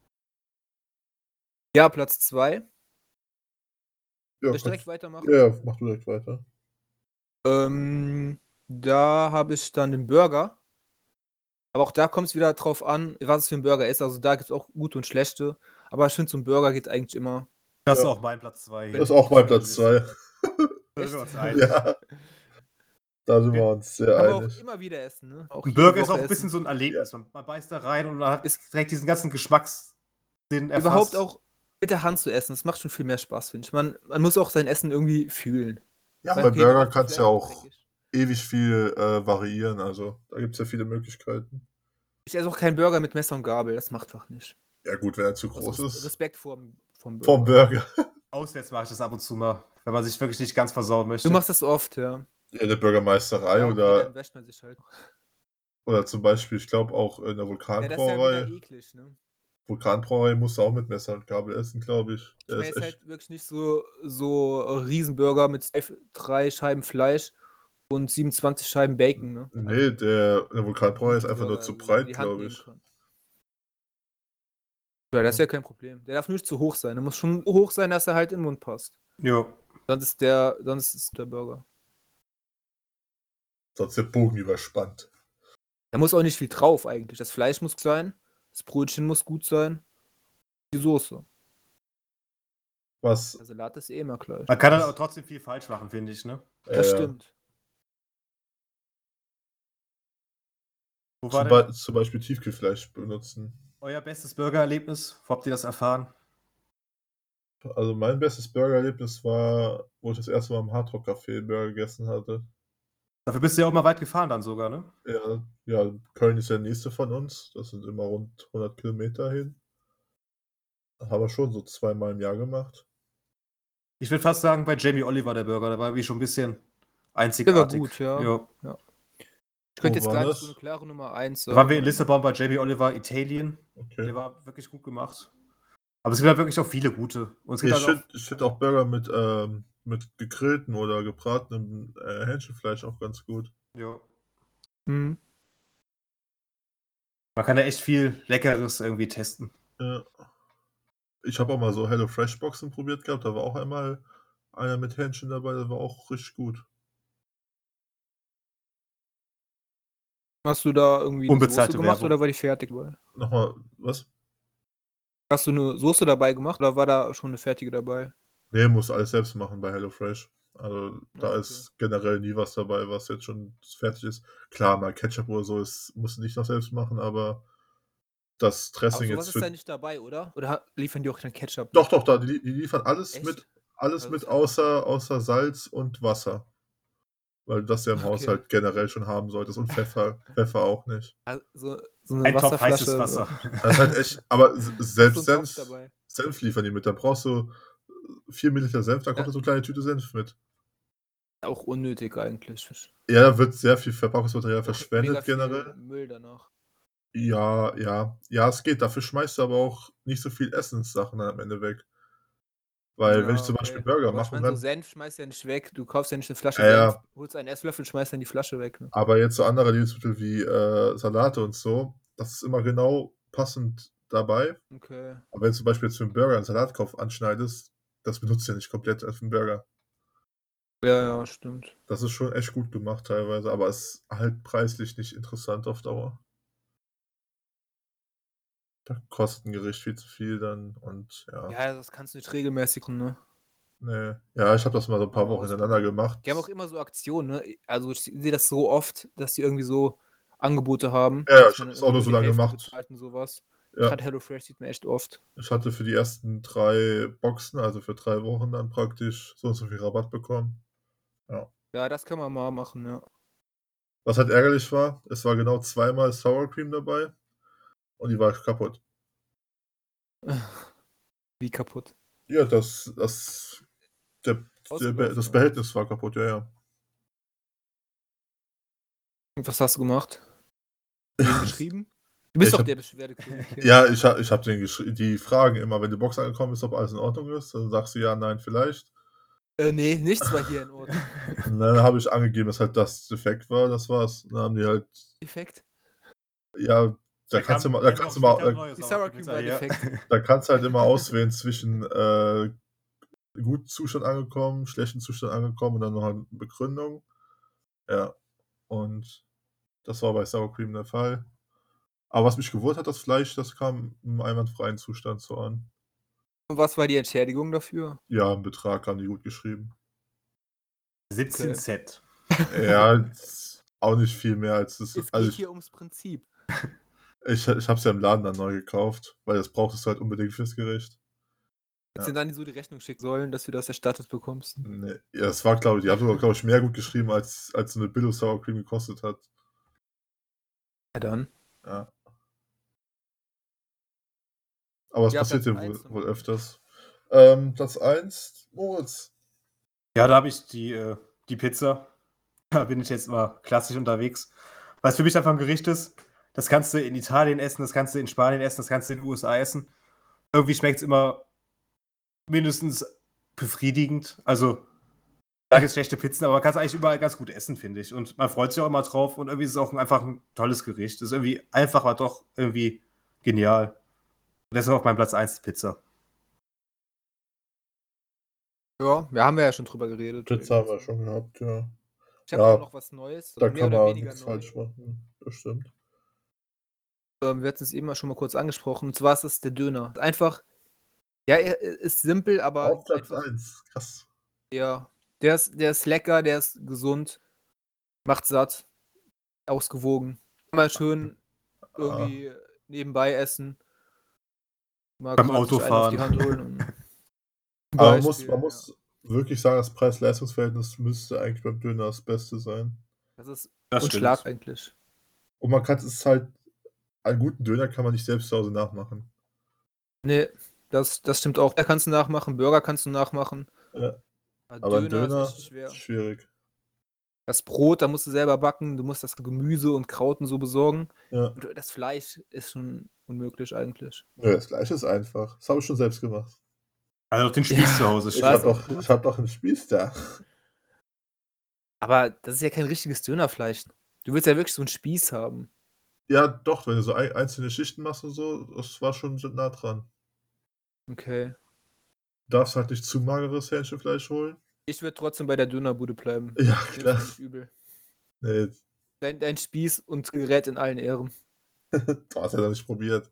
Ja, Platz zwei. ja, Soll ich kannst- direkt weitermachen? ja, mach du direkt weiter. Ähm, da habe ich dann den Burger. Aber auch da kommt es wieder drauf an, was es für ein Burger ist. Also da gibt es auch gute und schlechte. Aber ich finde, so ein Burger geht eigentlich immer. Das ist Ja. auch mein Platz zwei. Das ist auch mein Platz zwei. Da sind wir uns einig. Ja, da sind wir uns sehr Kann man auch einig. immer wieder essen, ne? Auch Ein jede Burger ist auch Woche ein bisschen essen. so ein Erlebnis. Man, man beißt da rein und man hat Ist- direkt diesen ganzen Geschmackssinn erfasst. Überhaupt auch mit der Hand zu essen, das macht schon viel mehr Spaß, finde ich. Man, man muss auch sein Essen irgendwie fühlen. Ja, Weil, bei okay, Burger das kannst du Fleisch ja ist auch dreckig. ewig viel äh, variieren. Also da gibt es ja viele Möglichkeiten. Ich esse auch keinen Burger mit Messer und Gabel, das macht einfach nicht. Ja gut, wenn er zu Aus groß Res- ist. Respekt vorm, vom Burger. Vom Burger. Auswärts mache ich das ab und zu mal, wenn man sich wirklich nicht ganz versauen möchte. Du machst das oft, ja. In der Bürgermeisterei Ja, okay, oder, dann wäscht man sich halt. oder zum Beispiel, ich glaube auch in der Ja, das ist ja Vulkanbrauerei. wieder eklig, ne? Vulkanbrauerei musst du auch mit Messer und Gabel essen, glaube ich. Ich Der meine ist jetzt echt. halt wirklich nicht so, so Riesenburger mit zwei, drei Scheiben Fleisch und siebenundzwanzig Scheiben Bacon, ne? Nee, der, der Vulkanbrauerei ist Guten einfach nur Burger, zu wo man breit, in die Hand glaube nehmen ich. kann. Ja, das ist ja kein Problem. Der darf nicht zu hoch sein. Der muss schon hoch sein, dass er halt in den Mund passt. Jo. Sonst ist der, sonst ist der Burger. Sonst der Bogen überspannt. Da muss auch nicht viel drauf eigentlich. Das Fleisch muss sein, das Brötchen muss gut sein, die Soße. Was? Der Salat ist eh immer gleich. Man kann dann aber trotzdem viel falsch machen, finde ich, ne? Das äh, stimmt. Wo war Zum, denn Be zum Beispiel Tiefkühlfleisch benutzen. euer bestes Burgererlebnis? Wo habt ihr das erfahren? Also mein bestes Burgererlebnis war, wo ich das erste Mal im Hardrock Café Burger gegessen hatte. Dafür bist du ja auch mal weit gefahren dann sogar, ne? Ja, ja, Köln ist der nächste von uns. Das sind immer rund hundert Kilometer hin. Haben wir schon so zweimal im Jahr gemacht. Ich würde fast sagen, bei Jamie Oliver der Burger, der war wie schon ein bisschen Der einzigartig. war gut, ja. Jo. Ich könnte Wo jetzt war gar nicht das? so eine klare Nummer eins Da sagen. waren wir in Lissabon bei Jamie Oliver Italien. Okay. Der war wirklich gut gemacht. Aber es gibt halt wirklich auch viele gute. Und es gibt Ich halt auch, finde ich find auch Burger mit, ähm, mit gegrillten oder gebratenem äh, Hähnchenfleisch auch ganz gut. jo. Mhm. Man kann da echt viel Leckeres irgendwie testen. Ja. Ich habe auch mal so Hello Fresh Boxen probiert gehabt. Da war auch einmal einer mit Hähnchen dabei. Der war auch richtig gut. Hast du da irgendwie eine Unbezahlte Soße gemacht Werbung. oder war die fertig dabei? Nochmal, was? Hast du eine Soße dabei gemacht oder war da schon eine fertige dabei? Nee, musst alles selbst machen bei Hello Fresh. Also da Okay. ist generell nie was dabei, was jetzt schon fertig ist. Klar, mal Ketchup oder so ist, musst du nicht noch selbst machen, aber das Aber Dressing sowas jetzt ist für. da nicht dabei, oder? Oder ha- liefern die auch kein Ketchup? Doch, doch, da, die, die liefern alles Echt? mit, alles Also mit das hat- außer, außer Salz und Wasser. Weil du das ja im Okay. Haushalt generell schon haben solltest. Und Pfeffer. Pfeffer auch nicht. Also, so eine Ein Topf heißes Wasserflasche. Wasser. Das ist halt echt, aber s- selbst so ein Topf Senf, dabei. Senf liefern die mit. Dann brauchst du vier Milliliter Senf, dann kommt Ja. da so eine kleine Tüte Senf mit. Auch unnötig eigentlich. Ja, da wird sehr viel Verpackungsmaterial Auch mega verschwendet viel generell. Müll danach. Ja, ja. Ja, es geht. Dafür schmeißt du aber auch nicht so viel Essenssachen dann am Ende weg. Weil, wenn ich Ja, zum okay. Beispiel Burger Aber ich machen meine, so kann. Senf schmeißt ja nicht weg. Du kaufst ja nicht eine Flasche Ja, ja. Senf, holst einen Esslöffel, schmeißt dann die Flasche weg. Ne? Aber jetzt so andere Lebensmittel wie äh, Salate und so, das ist immer genau passend dabei. Okay. Aber wenn du zum Beispiel jetzt für einen Burger einen Salatkopf anschneidest, das benutzt du ja nicht komplett als einen Burger. Ja, ja, stimmt. Das ist schon echt gut gemacht teilweise, aber es ist halt preislich nicht interessant auf Dauer. Da kostet ein Gericht viel zu viel dann und ja. Ja, das kannst du nicht regelmäßig, ne? Nee. Ja, ich habe das mal so ein paar Mal Wochen hintereinander ausprobieren. gemacht. Die haben auch immer so Aktionen, ne? Also ich sehe das so oft, dass die irgendwie so Angebote haben. Ja, ja, dass ich man habe das dann auch nur irgendwie so die lange Hälfte gemacht. bezahlt und sowas. Ja. Gerade HelloFresh sieht man echt oft. Ich hatte für die ersten drei Boxen, also für drei Wochen dann praktisch so und so viel Rabatt bekommen. Ja. Ja, das kann man mal machen, ja. Was halt ärgerlich war, es war genau zweimal Sour Cream dabei und die war kaputt. Wie kaputt. Ja, das, das, der, der, Be- Ausgelaufen, das oder? Behältnis war kaputt, ja, ja. Und was hast du gemacht? Den geschrieben? Du bist Ich doch hab- der Beschwerdekönig hier. Ja, ich, ha- ich habe den geschrieben, die fragen immer, wenn die Box angekommen ist, ob alles in Ordnung ist. Dann sagst du ja, nein, vielleicht. Äh, nee, nichts war hier in Ordnung. Und dann habe ich angegeben, dass halt das defekt war, das war's. Dann haben die halt, Defekt. ja, da kannst du mal, da kannst du mal, da, Die Sour Cream war defekt. da kannst du halt immer auswählen zwischen äh, guten Zustand angekommen, schlechten Zustand angekommen und dann noch eine Begründung. Ja, und das war bei Sour Cream der Fall. Aber was mich gewundert hat, das Fleisch, das kam im einwandfreien Zustand so an. Und was war die Entschädigung dafür? Ja, einen Betrag haben die gut geschrieben. siebzehn Okay. Cent. Ja, ist auch nicht viel mehr als das. Es Also geht ich, hier ums Prinzip. ich, ich habe es ja im Laden dann neu gekauft, weil das brauchtest du halt unbedingt fürs Gericht. Hättest Ja. du dann so die Rechnung schicken sollen, dass du das erstattet bekommst? Nee, ja, das war, glaube ich, die haben sogar, glaube ich, mehr gut geschrieben, als, als so eine Billo Sour Cream gekostet hat. Ja, dann. Ja. Aber es Ja, passiert Platz ja eins wohl, dann. wohl öfters. Ähm, Platz eins, Moritz. Ja, da habe ich die, äh, die Pizza. Da bin ich jetzt mal klassisch unterwegs. Was für mich einfach ein Gericht ist, das kannst du in Italien essen, das kannst du in Spanien essen, das kannst du in den U S A essen. Irgendwie schmeckt es immer mindestens befriedigend. Also, da gibt es schlechte Pizzen, aber man kann es eigentlich überall ganz gut essen, finde ich. Und man freut sich auch immer drauf und irgendwie ist es auch ein, einfach ein tolles Gericht. Es ist irgendwie einfach, aber doch irgendwie genial. Und deshalb auf meinem Platz eins die Pizza. Ja, wir haben ja schon drüber geredet. Pizza haben wir schon gehabt, ja. Ich habe Ja, aber noch was Neues. Da mehr kann oder man weniger nichts neu. falsch machen. Das stimmt. Ähm, wir hatten es eben schon mal kurz angesprochen. Und zwar ist es der Döner. Einfach, ja, er ist simpel, aber Auf Platz einfach, eins. Krass. ja, der ist, der ist lecker, der ist gesund, macht satt, ausgewogen. Kann man schön irgendwie nebenbei essen. Mal Beim kurz sich einen auf die Autofahren. Hand holen. Und Aber man muss, Beispiel, man ja. muss wirklich sagen, das Preis-Leistungs-Verhältnis müsste eigentlich beim Döner das Beste sein. Das ist Das unschlag stimmt. eigentlich. Und man kann es ist halt, einen guten Döner kann man nicht selbst zu Hause nachmachen. Nee, das, das stimmt auch. Da kannst du nachmachen, Burger kannst du nachmachen. Ja. Aber Aber ein Döner, Döner ist echt schwer. ist schwierig. Das Brot, da musst du selber backen, du musst das Gemüse und Kraut und so besorgen. Ja. Und das Fleisch ist schon unmöglich eigentlich. Nö, das gleiche ist einfach. Das habe ich schon selbst gemacht. Also auf den Spieß zu Hause. Ich Was? habe doch, ich hab doch einen Spieß da. Aber das ist ja kein richtiges Dönerfleisch. Du willst ja wirklich so einen Spieß haben. Ja, doch, wenn du so ein, einzelne Schichten machst und so, das war schon so nah dran. Okay. Du darfst halt nicht zu mageres Hähnchenfleisch holen. Ich würde trotzdem bei der Dönerbude bleiben. Ja, Nimm's mir klar. nicht übel. Nee, Dein, dein Spieß und Gerät in allen Ehren. du hast ja noch nicht probiert.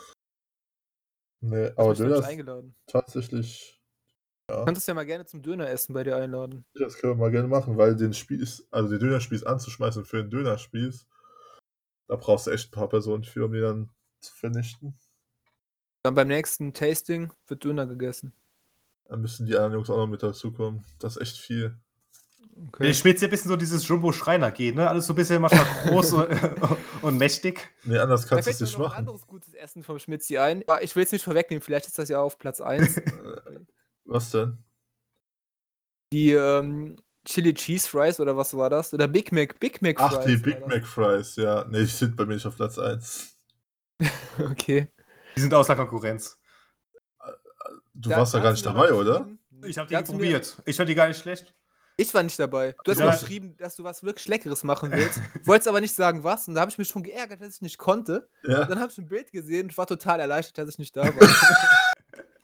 Nee, Du aber hast mich doch Döner nicht ist eingeladen. tatsächlich, Du ja, könntest ja mal gerne zum Döner essen bei dir einladen. das können wir mal gerne machen, weil den Spieß, also den Dönerspieß anzuschmeißen für den Dönerspieß, da brauchst du echt ein paar Personen für, um die dann zu vernichten. Dann beim nächsten Tasting wird Döner gegessen. Dann müssen die anderen Jungs auch noch mit dazukommen. Das ist echt viel. Okay. Ich spiele ein bisschen so dieses Jumbo-Schreiner-Gehen, ne? Alles so ein bisschen manchmal groß und, und mächtig. Nee, anders Da kannst du es fällt mir nicht noch ein machen. anderes gutes Essen vom Schmitzi ein. Aber ich will es nicht vorwegnehmen, vielleicht ist das ja auf Platz eins. Was denn? Die ähm, Chili Cheese Fries oder was war das? Oder Big Mac, Big Mac Ach, Fries. die war Big das. Mac Fries, ja. Nee, die sind bei mir nicht auf Platz eins. Okay. Die sind außer Konkurrenz. Du Da- warst da da gar hast nicht du mir dabei, noch oder? geschrieben- Ich habe die Da hast du mir- probiert. Ich fand die gar nicht schlecht. Ich war nicht dabei. Du hast Ja. mir geschrieben, dass du was wirklich Leckeres machen willst. Wolltest aber nicht sagen, was. Und da habe ich mich schon geärgert, dass ich nicht konnte. Ja. Dann habe ich ein Bild gesehen und war total erleichtert, dass ich nicht da war.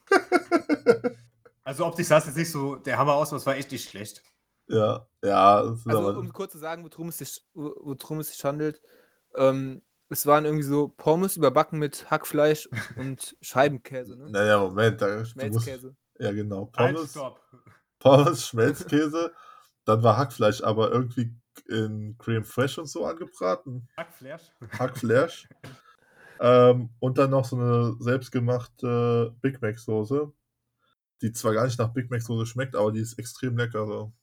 Also optisch sah es jetzt nicht so der Hammer aus, aber es war echt nicht schlecht. ja, ja. Das ist Also, aber, um kurz zu sagen, worum es sich, wo- worum es sich handelt. Ähm, es waren irgendwie so Pommes überbacken mit Hackfleisch und Scheibenkäse, ne? naja, Moment. Da, du musst, Schmelzkäse. ja, genau. Halt, Pommes, stopp. Pommes, Schmelzkäse. Dann war Hackfleisch aber irgendwie in Creme Fraiche und so angebraten. Hackfleisch. Hackfleisch. ähm, und dann noch so eine selbstgemachte Big Mac Soße, die zwar gar nicht nach Big Mac Soße schmeckt, aber die ist extrem lecker. So.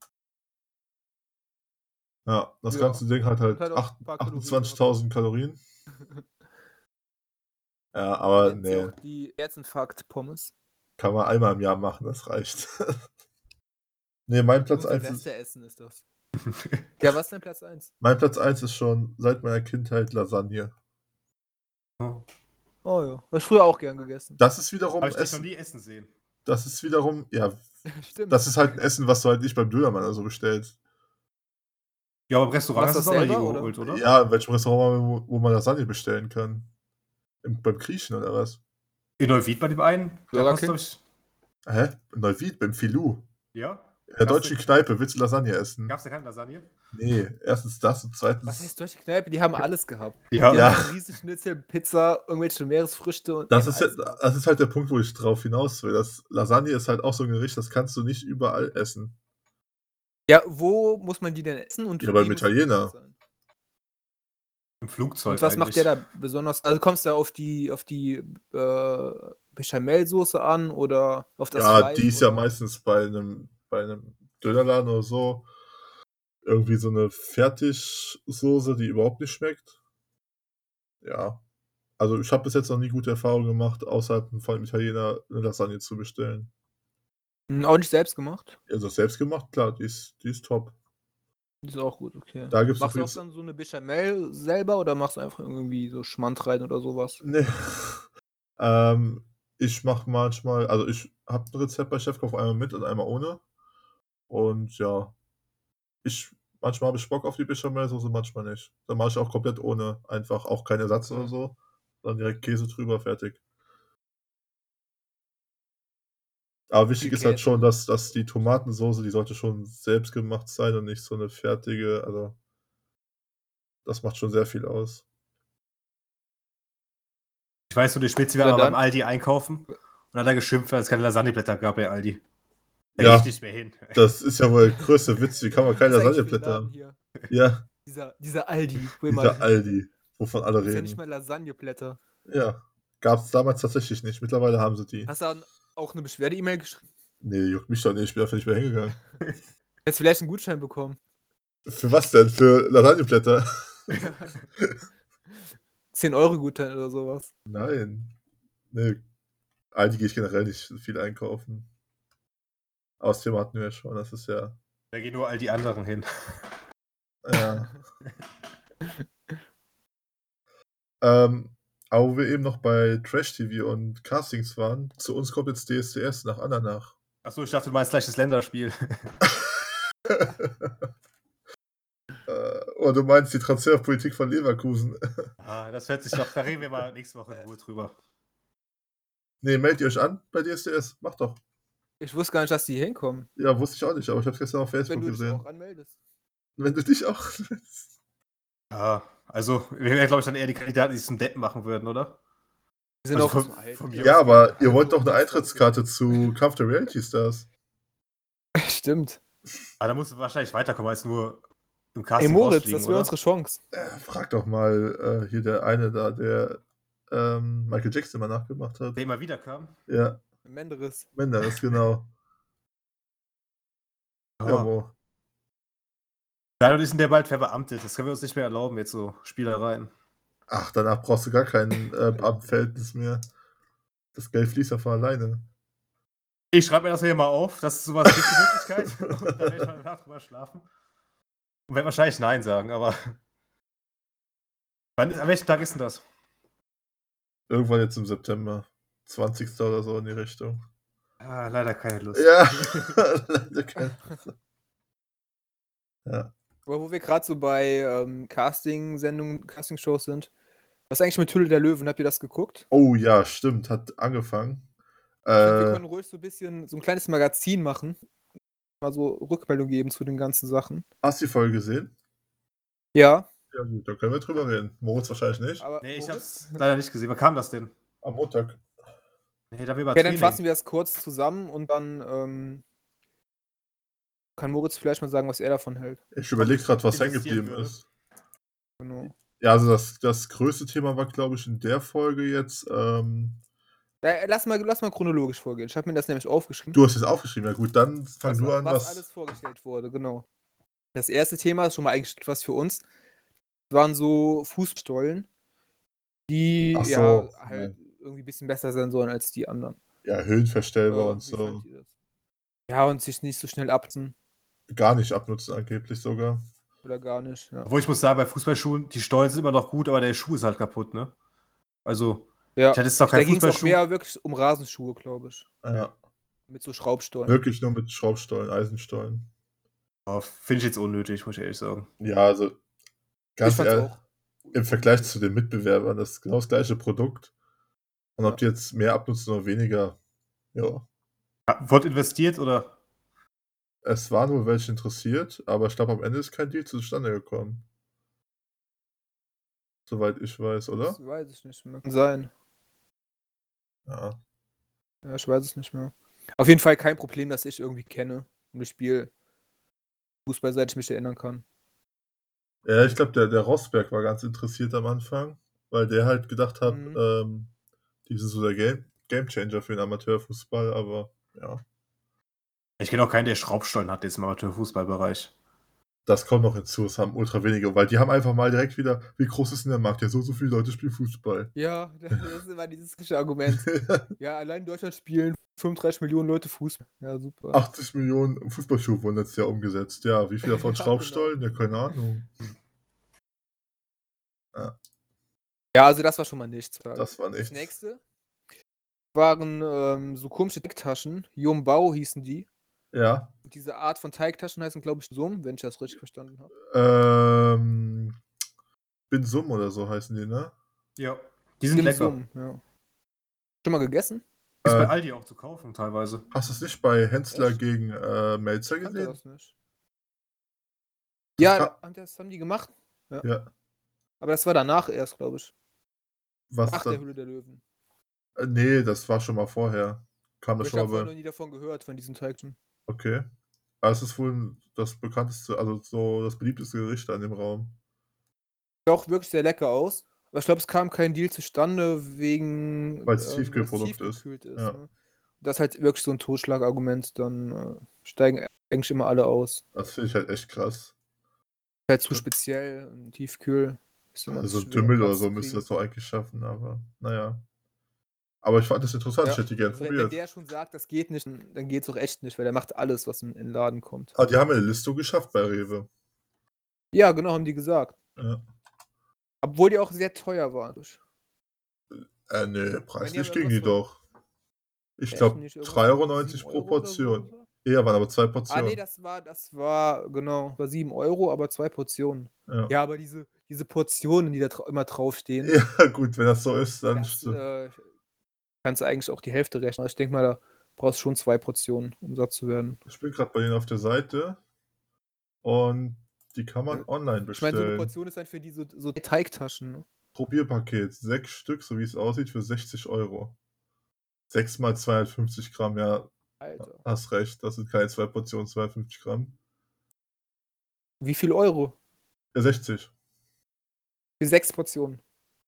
Ja, das Ja. ganze Ding hat halt Und hat auch acht- ein paar Kalorien achtundzwanzigtausend Kalorien. Ja, aber Nennt sie nee, auch die Herzinfarkt-Pommes. kann man einmal im Jahr machen, das reicht. nee, mein Platz Und eins ist, Silvester essen ist das. Ja, was ist denn Platz eins? mein Platz eins ist schon seit meiner Kindheit Lasagne. Oh. Oh ja, hab ich früher auch gern gegessen. Das ist wiederum Habe ich dich noch Essen. nie essen sehen. Das ist wiederum, ja, Stimmt. das ist halt ein Essen, was du halt nicht beim Dönermann oder so bestellst. Ja, aber im Restaurant Machst hast du du es das auch noch nie selber, geholt, oder? Ja, in welchem Restaurant, wo, wo man Lasagne bestellen kann. Im, beim Griechen oder was? In Neuwied bei dem einen. Da Burger kostet, King? glaub ich, Hä? In Neuwied, beim Filou. ja? In der Gab's deutschen Kneipe willst du Lasagne essen? Gab's da keine Lasagne? Nee, erstens das und Was zweitens. heißt deutsche Kneipe? Die haben alles gehabt. Ja. Die Ja. haben Riesenschnitzel, Pizza, irgendwelche Meeresfrüchte und Das die haben ist, ja, alles gehabt. das ist halt der Punkt, wo ich drauf hinaus will. Das Lasagne ist halt auch so ein Gericht, das kannst du nicht überall essen. Ja, wo muss man die denn essen und Ja, wie beim muss die Italiener. gemacht sein? Im Flugzeug Und was macht eigentlich. der da besonders? Also kommst du da auf die auf die äh, Bechamelsoße an oder auf das Ja, Fleisch? die ist ja oder? meistens bei einem, bei einem Dönerladen oder so irgendwie so eine Fertigsoße, die überhaupt nicht schmeckt. Ja. Also ich habe bis jetzt noch nie gute Erfahrungen gemacht, außerhalb von einem Italiener eine Lasagne zu bestellen. Hm, auch nicht selbst gemacht? Also selbst gemacht, klar, die ist, die ist top. Die ist auch gut, okay. Da gibt's Machst du auch übrigens. dann so eine Bechamel selber oder machst du einfach irgendwie so Schmand rein oder sowas? Nee. ähm, ich mache manchmal, also ich habe ein Rezept bei Chefkoch, einmal mit und einmal ohne. Und ja, ich manchmal habe ich Bock auf die Bechamelsoße, manchmal nicht. Dann mache ich auch komplett ohne, einfach auch kein Ersatz Okay. oder so. Dann direkt Käse drüber, fertig. Aber wichtig Viel ist halt Käse. schon, dass, dass die Tomatensoße, die sollte schon selbst gemacht sein und nicht so eine fertige, also das macht schon sehr viel aus. Ich weiß nur, die Spitze Ja, war mal beim dann- Aldi einkaufen und hat er geschimpft, weil es keine Lasagneblätter gab bei Aldi. Da Ja. geh ich nicht mehr hin. Das ist ja wohl der größte Witz, wie kann man keine Was ist eigentlich für ein Lasagneblätter Laden haben? hier? Ja, Dieser, dieser Aldi. Wo dieser immer, Aldi, wovon alle ist ja nicht reden. mal Lasagneblätter. Ja, gab es damals tatsächlich nicht. Mittlerweile haben sie die. Hast du dann auch eine Beschwerde-E-Mail geschrieben? Nee, juckt mich doch nicht, ich bin dafür nicht mehr hingegangen. Hättest vielleicht einen Gutschein bekommen. Für was denn? Für Lasagneblätter? zehn Euro Gutschein oder sowas. Nein. Nee, Aldi gehe ich generell nicht viel einkaufen. Aus Thema hatten wir ja schon, das ist ja. Da gehen nur all die anderen hin. Ja. ähm, aber wo wir eben noch bei Trash-T V und Castings waren, zu uns kommt jetzt D S D S nach Andernach. Achso, ich dachte, du meinst gleich das Länderspiel. äh, oder du meinst die Transferpolitik von Leverkusen. Ah, das hört sich doch, da reden wir mal nächste Woche in Ruhe drüber. Nee, meldet ihr euch an bei D S D S? Macht doch. Ich wusste gar nicht, dass die hier hinkommen. Ja, wusste ich auch nicht, aber ich habe es gestern auf Wenn Facebook du dich gesehen. auch anmeldest. Wenn du dich auch. Ja, also, wir wären, glaube ich, dann eher die Kandidaten, die es zum Deppen machen würden, oder? Wir sind Also auch vom- zum Alten. vom Ja. Ja, aber ihr Also wollt doch eine nichts Eintrittskarte zu Kampf der Reality Stars. Stimmt. Aber da musst du wahrscheinlich weiterkommen, als nur im Ey, Casting Moritz, rausfliegen, das wäre oder? unsere Chance. Äh, frag doch mal äh, hier der eine da, der ähm, Michael Jackson mal nachgemacht hat. Der immer wieder kam. Ja, Menderes. Menderes, genau. Ja, Ja. wo? Leider ist denn der bald verbeamtet. Das können wir uns nicht mehr erlauben, jetzt so Spielereien. Ach, danach brauchst du gar kein äh, Beamtenverhältnis mehr. Das Geld fließt ja von alleine. Ich schreibe mir das hier mal auf, das ist sowas nicht die Möglichkeit. Und dann werde ich mal eine Nacht drüber schlafen. Und werde wahrscheinlich Nein sagen, aber. Wann, an welchem Tag ist denn das? Irgendwann jetzt im September. zwanzigsten oder so in die Richtung. Ah, leider keine Lust. Ja, leider kein. Ja. Aber wo wir gerade so bei ähm, Casting-Sendungen, Casting-Shows sind. Was ist eigentlich mit Hülle der Löwen? Habt ihr das geguckt? Oh ja, stimmt, hat angefangen. Ich find, wir Äh, können ruhig so ein bisschen so ein kleines Magazin machen. Mal so Rückmeldung geben zu den ganzen Sachen. hast du die Folge gesehen? Ja. Ja gut, da können wir drüber reden. Moritz wahrscheinlich nicht. Aber Nee, ich Moritz? hab's leider nicht gesehen. Wann kam das denn? Am Montag. Nee, da wir über Okay, dann Training. fassen wir das kurz zusammen und dann ähm, kann Moritz vielleicht mal sagen, was er davon hält. Ich überlege gerade, was hängen interessieren geblieben würde. ist. Genau. Ja, also das, das größte Thema war, glaube ich, in der Folge jetzt. Ähm, Ja, lass, mal, lass mal chronologisch vorgehen. Ich habe mir das nämlich aufgeschrieben. du hast es aufgeschrieben. Ja gut, dann fang was, du an, was was. alles vorgestellt wurde, genau. Das erste Thema ist schon mal eigentlich was für uns. Das waren so Fußstollen, die Ach so, ja halt irgendwie ein bisschen besser sein sollen als die anderen. Ja, höhenverstellbar Äh, und wie so. fandet ihr das? Ja, und sich nicht so schnell abziehen Gar nicht abnutzen, angeblich sogar. oder gar nicht. Ja, Obwohl ich muss sagen, bei Fußballschuhen, die Stollen sind immer noch gut, aber der Schuh ist halt kaputt, ne? Also, ja. ich hatte jetzt doch Da keinen ging es auch Fußballschuh. mehr wirklich um Rasenschuhe, glaube ich. Ja, Mit so Schraubstollen. wirklich nur mit Schraubstollen, Eisenstollen. Oh, finde ich jetzt unnötig, muss ich ehrlich sagen. Ja, also Ich ganz fand's ehrlich, auch. im Vergleich zu den Mitbewerbern, das ist genau das gleiche Produkt. Und ob die jetzt mehr abnutzen oder weniger, ja. Ja, Wurde investiert oder? Es waren wohl welche interessiert, aber ich glaube, am Ende ist kein Deal zustande gekommen. Soweit ich weiß, oder? Das weiß ich nicht mehr. Kann sein. Ja. Ja, ich weiß es nicht mehr. Auf jeden Fall kein Problem, das ich irgendwie kenne und das Spiel Fußball, seit ich mich erinnern kann. Ja, ich glaube, der, der Rosberg war ganz interessiert am Anfang, weil der halt gedacht hat, Mhm. ähm, die sind so der Game, Gamechanger für den Amateurfußball, aber ja, Ich kenne auch keinen, der Schraubstollen hat jetzt im Amateurfußballbereich. das kommt noch hinzu, es haben ultra wenige, weil die haben einfach mal direkt wieder, wie groß ist denn der Markt? Ja, so, so viele Leute spielen Fußball. Ja, das ist immer dieses typische Argument. Ja, allein in Deutschland spielen fünfunddreißig Millionen Leute Fußball. Ja, super. achtzig Millionen Fußballschuhe wurden letztes Jahr umgesetzt. Ja, wie viel davon Ja, Schraubstollen? genau. Ja, keine Ahnung. Ja, Ja, also das war schon mal nichts. das war Das nichts. nächste waren ähm, so komische Teigtaschen. Yumbao hießen die. Ja, Und diese Art von Teigtaschen heißen, glaube ich, Sum, wenn ich das richtig verstanden habe. ähm, Bin Sum oder so heißen die, ne? Ja. Die sind Dim lecker. Sum, ja. Schon mal gegessen? Ist bei Äh, Aldi auch zu kaufen teilweise. Hast du es nicht bei Hensler Echt? gegen äh, Melzer Ich kannte gesehen? das nicht. Das Ja, ka- da- das haben die gemacht. Ja, Aber das war danach erst, glaube ich. was Nach der dann? Höhle der Löwen. Äh, nee, das war schon mal vorher. Kam Aber das ich schon habe mal vorher bei. noch nie davon gehört, von diesen Teigtaschen. Okay. Aber es ist wohl das bekannteste, also so das beliebteste Gericht an dem Raum. Sah auch wirklich sehr lecker aus. Aber ich glaube, es kam kein Deal zustande, wegen Weil es ähm, weil es Tiefkühlprodukt ist. tiefgekühlt ist. Ja. Ne? Das ist halt wirklich so ein Totschlagargument, dann äh, steigen eigentlich immer alle aus. Das finde ich halt echt krass. Halt zu Ja. speziell und tiefkühl ist immer Also so ein schwer, Dümmel oder Platz so zu müsste kriegen. das doch eigentlich schaffen, aber naja. Aber ich fand das interessant, Ja, ich hätte die gern also wenn, wenn probiert. der schon sagt, das geht nicht, dann dann geht's auch echt nicht, weil der macht alles, was in, in den Laden kommt. Ah, die haben ja eine Listung geschafft bei Rewe. Ja, genau, haben die gesagt. Ja. Obwohl die auch sehr teuer waren. Äh, nee, Ich meine, die preislich haben ging die irgendwas von doch. Ich echt glaube nicht irgendwas drei Euro von neunzig sieben pro Euro oder so. Portion. gesagt? Ja, waren aber zwei Ah, nee, Portionen. das war, das war, genau, war sieben Euro, aber zwei Portionen. Ja. Ja, aber diese, diese Portionen, die da dra immer draufstehen, Ja, gut, wenn das so ist, dann das stimmt. äh, kannst du eigentlich auch die Hälfte rechnen. Also ich denke mal, da brauchst du schon zwei Portionen, um satt zu werden. Ich bin gerade bei denen auf der Seite und die kann man Ja. online Ich meine, so eine bestellen. Portion ist halt für die so, so Teigtaschen. Ne? Probierpaket, sechs Stück, so wie es aussieht, für sechzig Euro. sechs mal zweihundertfünfzig Gramm, ja, Alter. hast recht, das sind keine zwei Portionen, zweihundertfünfzig Gramm. Wie viel Euro? Ja, sechzig. Für sechs Portionen.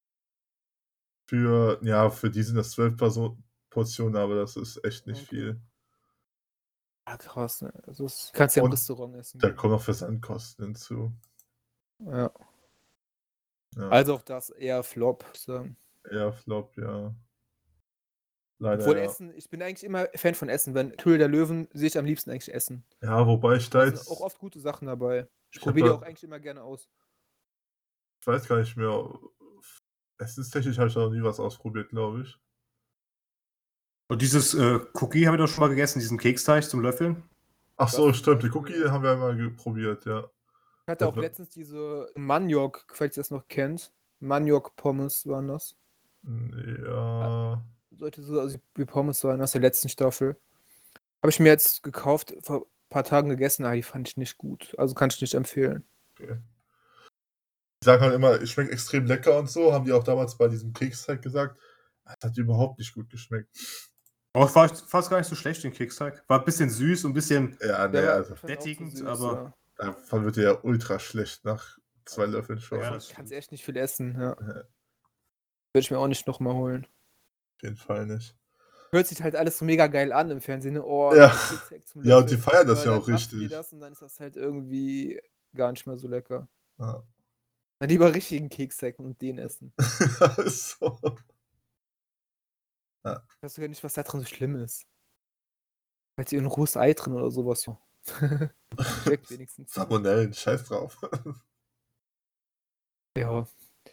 Für, ja, für die sind das zwölf Portionen, aber das ist echt nicht Okay. viel. Ja, krass, ne? Also das kannst du ja im Und Restaurant essen. Da gehen. kommen noch Versandkosten hinzu. Ja. Ja, Also auch das eher Flop. So. eher Flop, ja. Leider, Obwohl ja. Essen, ich bin eigentlich immer Fan von Essen. Wenn Höhle der Löwen sehe ich am liebsten eigentlich Essen. Ja, wobei ich da Da sind jetzt, auch oft gute Sachen dabei. Ich, Ich hab probiere die da- auch eigentlich immer gerne aus. ich weiß gar nicht mehr, essenstechnisch habe ich da noch nie was ausprobiert, glaube ich. Und dieses äh, Cookie habe ich doch schon mal gegessen, diesen Keksteig zum Löffeln. Ach so, Das zum stimmt, die Beispiel, Cookie ja. haben wir einmal ge- probiert, ja. Ich hatte Ja, auch wa- letztens diese Maniok, falls ihr das noch kennt. Maniok-Pommes waren das. Ja, Sollte so also wie Pommes sein aus der letzten Staffel. Habe ich mir jetzt gekauft, vor ein paar Tagen gegessen, aber die fand ich nicht gut. Also kann ich nicht empfehlen. okay. Die sagen halt immer, es schmeckt extrem lecker und so, haben die auch damals bei diesem Keksteig gesagt. Das hat überhaupt nicht gut geschmeckt. Aber es war fast gar nicht so schlecht, den Keksteig. War ein bisschen süß und ein bisschen. Ja, nee, Der war- also ich fand auch zu sättigend, süß, aber- ja. davon wird der ja ultra schlecht nach zwei Löffeln schon. Ja, Auf das Du kannst stimmt. echt nicht viel essen, ja. Ja. Würde ich mir auch nicht nochmal holen. jeden Fall nicht. Hört sich halt alles so mega geil an im Fernsehen. Ne? Oh, Ja. Keksteig zum Ja, und die Löffeln. feiern das Aber ja dann auch machst du dir richtig. das und dann ist das halt irgendwie gar nicht mehr so lecker. Ja. Dann lieber richtigen Keksteig und den essen. so. Ich weiß sogar nicht, was da drin so schlimm ist. Vielleicht ein rohes Ei drin oder sowas. So. Schmeckt wenigstens. Salmonellen, scheiß drauf. Ja.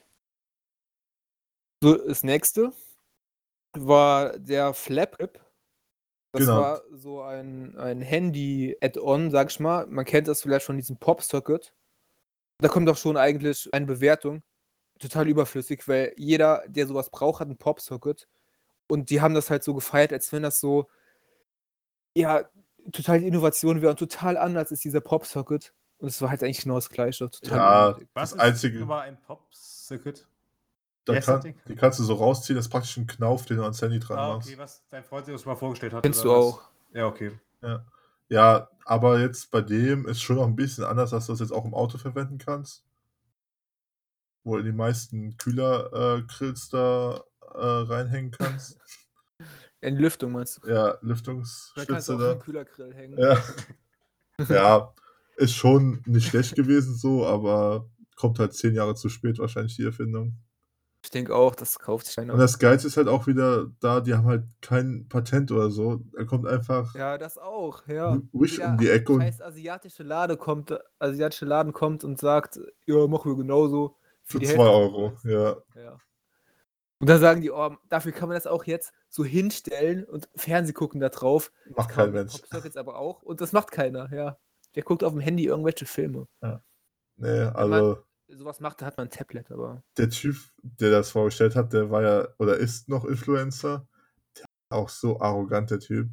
So, das nächste war der Flap-Grip. Das Genau. war so ein, ein Handy-Add-on, sag ich mal. Man kennt das vielleicht von diesem Pop-Socket. Da kommt doch schon eigentlich eine Bewertung. Total überflüssig, weil jeder, der sowas braucht, hat einen Pop-Socket. Und die haben das halt so gefeiert, als wenn das so, ja, total die Innovation wäre und total anders ist dieser Pop-Socket. Und es war halt eigentlich genau das Gleiche. Total Ja, unnötig. Was das ist Einzige, nochmal ein Pop-Circuit? da Wie heißt das kann, Ding? die kannst du so rausziehen, das ist praktisch ein Knauf, den du ans Handy dran Ah, machst. okay, was dein Freund sich das schon mal vorgestellt hat. Kennst oder du was? auch. Ja, okay. Ja. ja, aber jetzt bei dem ist schon noch ein bisschen anders, dass du das jetzt auch im Auto verwenden kannst. Wo du die meisten Kühler-Grills da äh, reinhängen kannst. In die Lüftung meinst du? Ja, Dann kannst du Lüftungsschlitze auch da. einen Kühlergrill hängen. Ja. ja, ist schon nicht schlecht gewesen so, aber kommt halt zehn Jahre zu spät wahrscheinlich die Erfindung. Ich denke auch, das kauft sich einer. Und das Geilste ist halt auch wieder da, die haben halt kein Patent oder so. Er kommt einfach Ja, das auch, ja. Wish Jeder um die Ecke und scheiß asiatische Lade kommt, asiatische Laden kommt und sagt, ja, machen wir genauso. Für für die zwei Hälfte vom Euro. Preis. Ja. Ja. Und dann sagen die, oh, dafür kann man das auch jetzt so hinstellen und Fernseh gucken da drauf. Das Macht kann kein man mit Mensch. Pop-Sockets aber auch. Und das macht keiner, ja. Der guckt auf dem Handy irgendwelche Filme. Nee, Wenn man also sowas macht, dann hat man ein Tablet, aber. der Typ, der das vorgestellt hat, der war ja oder ist noch Influencer. Der war auch so arrogant, der Typ.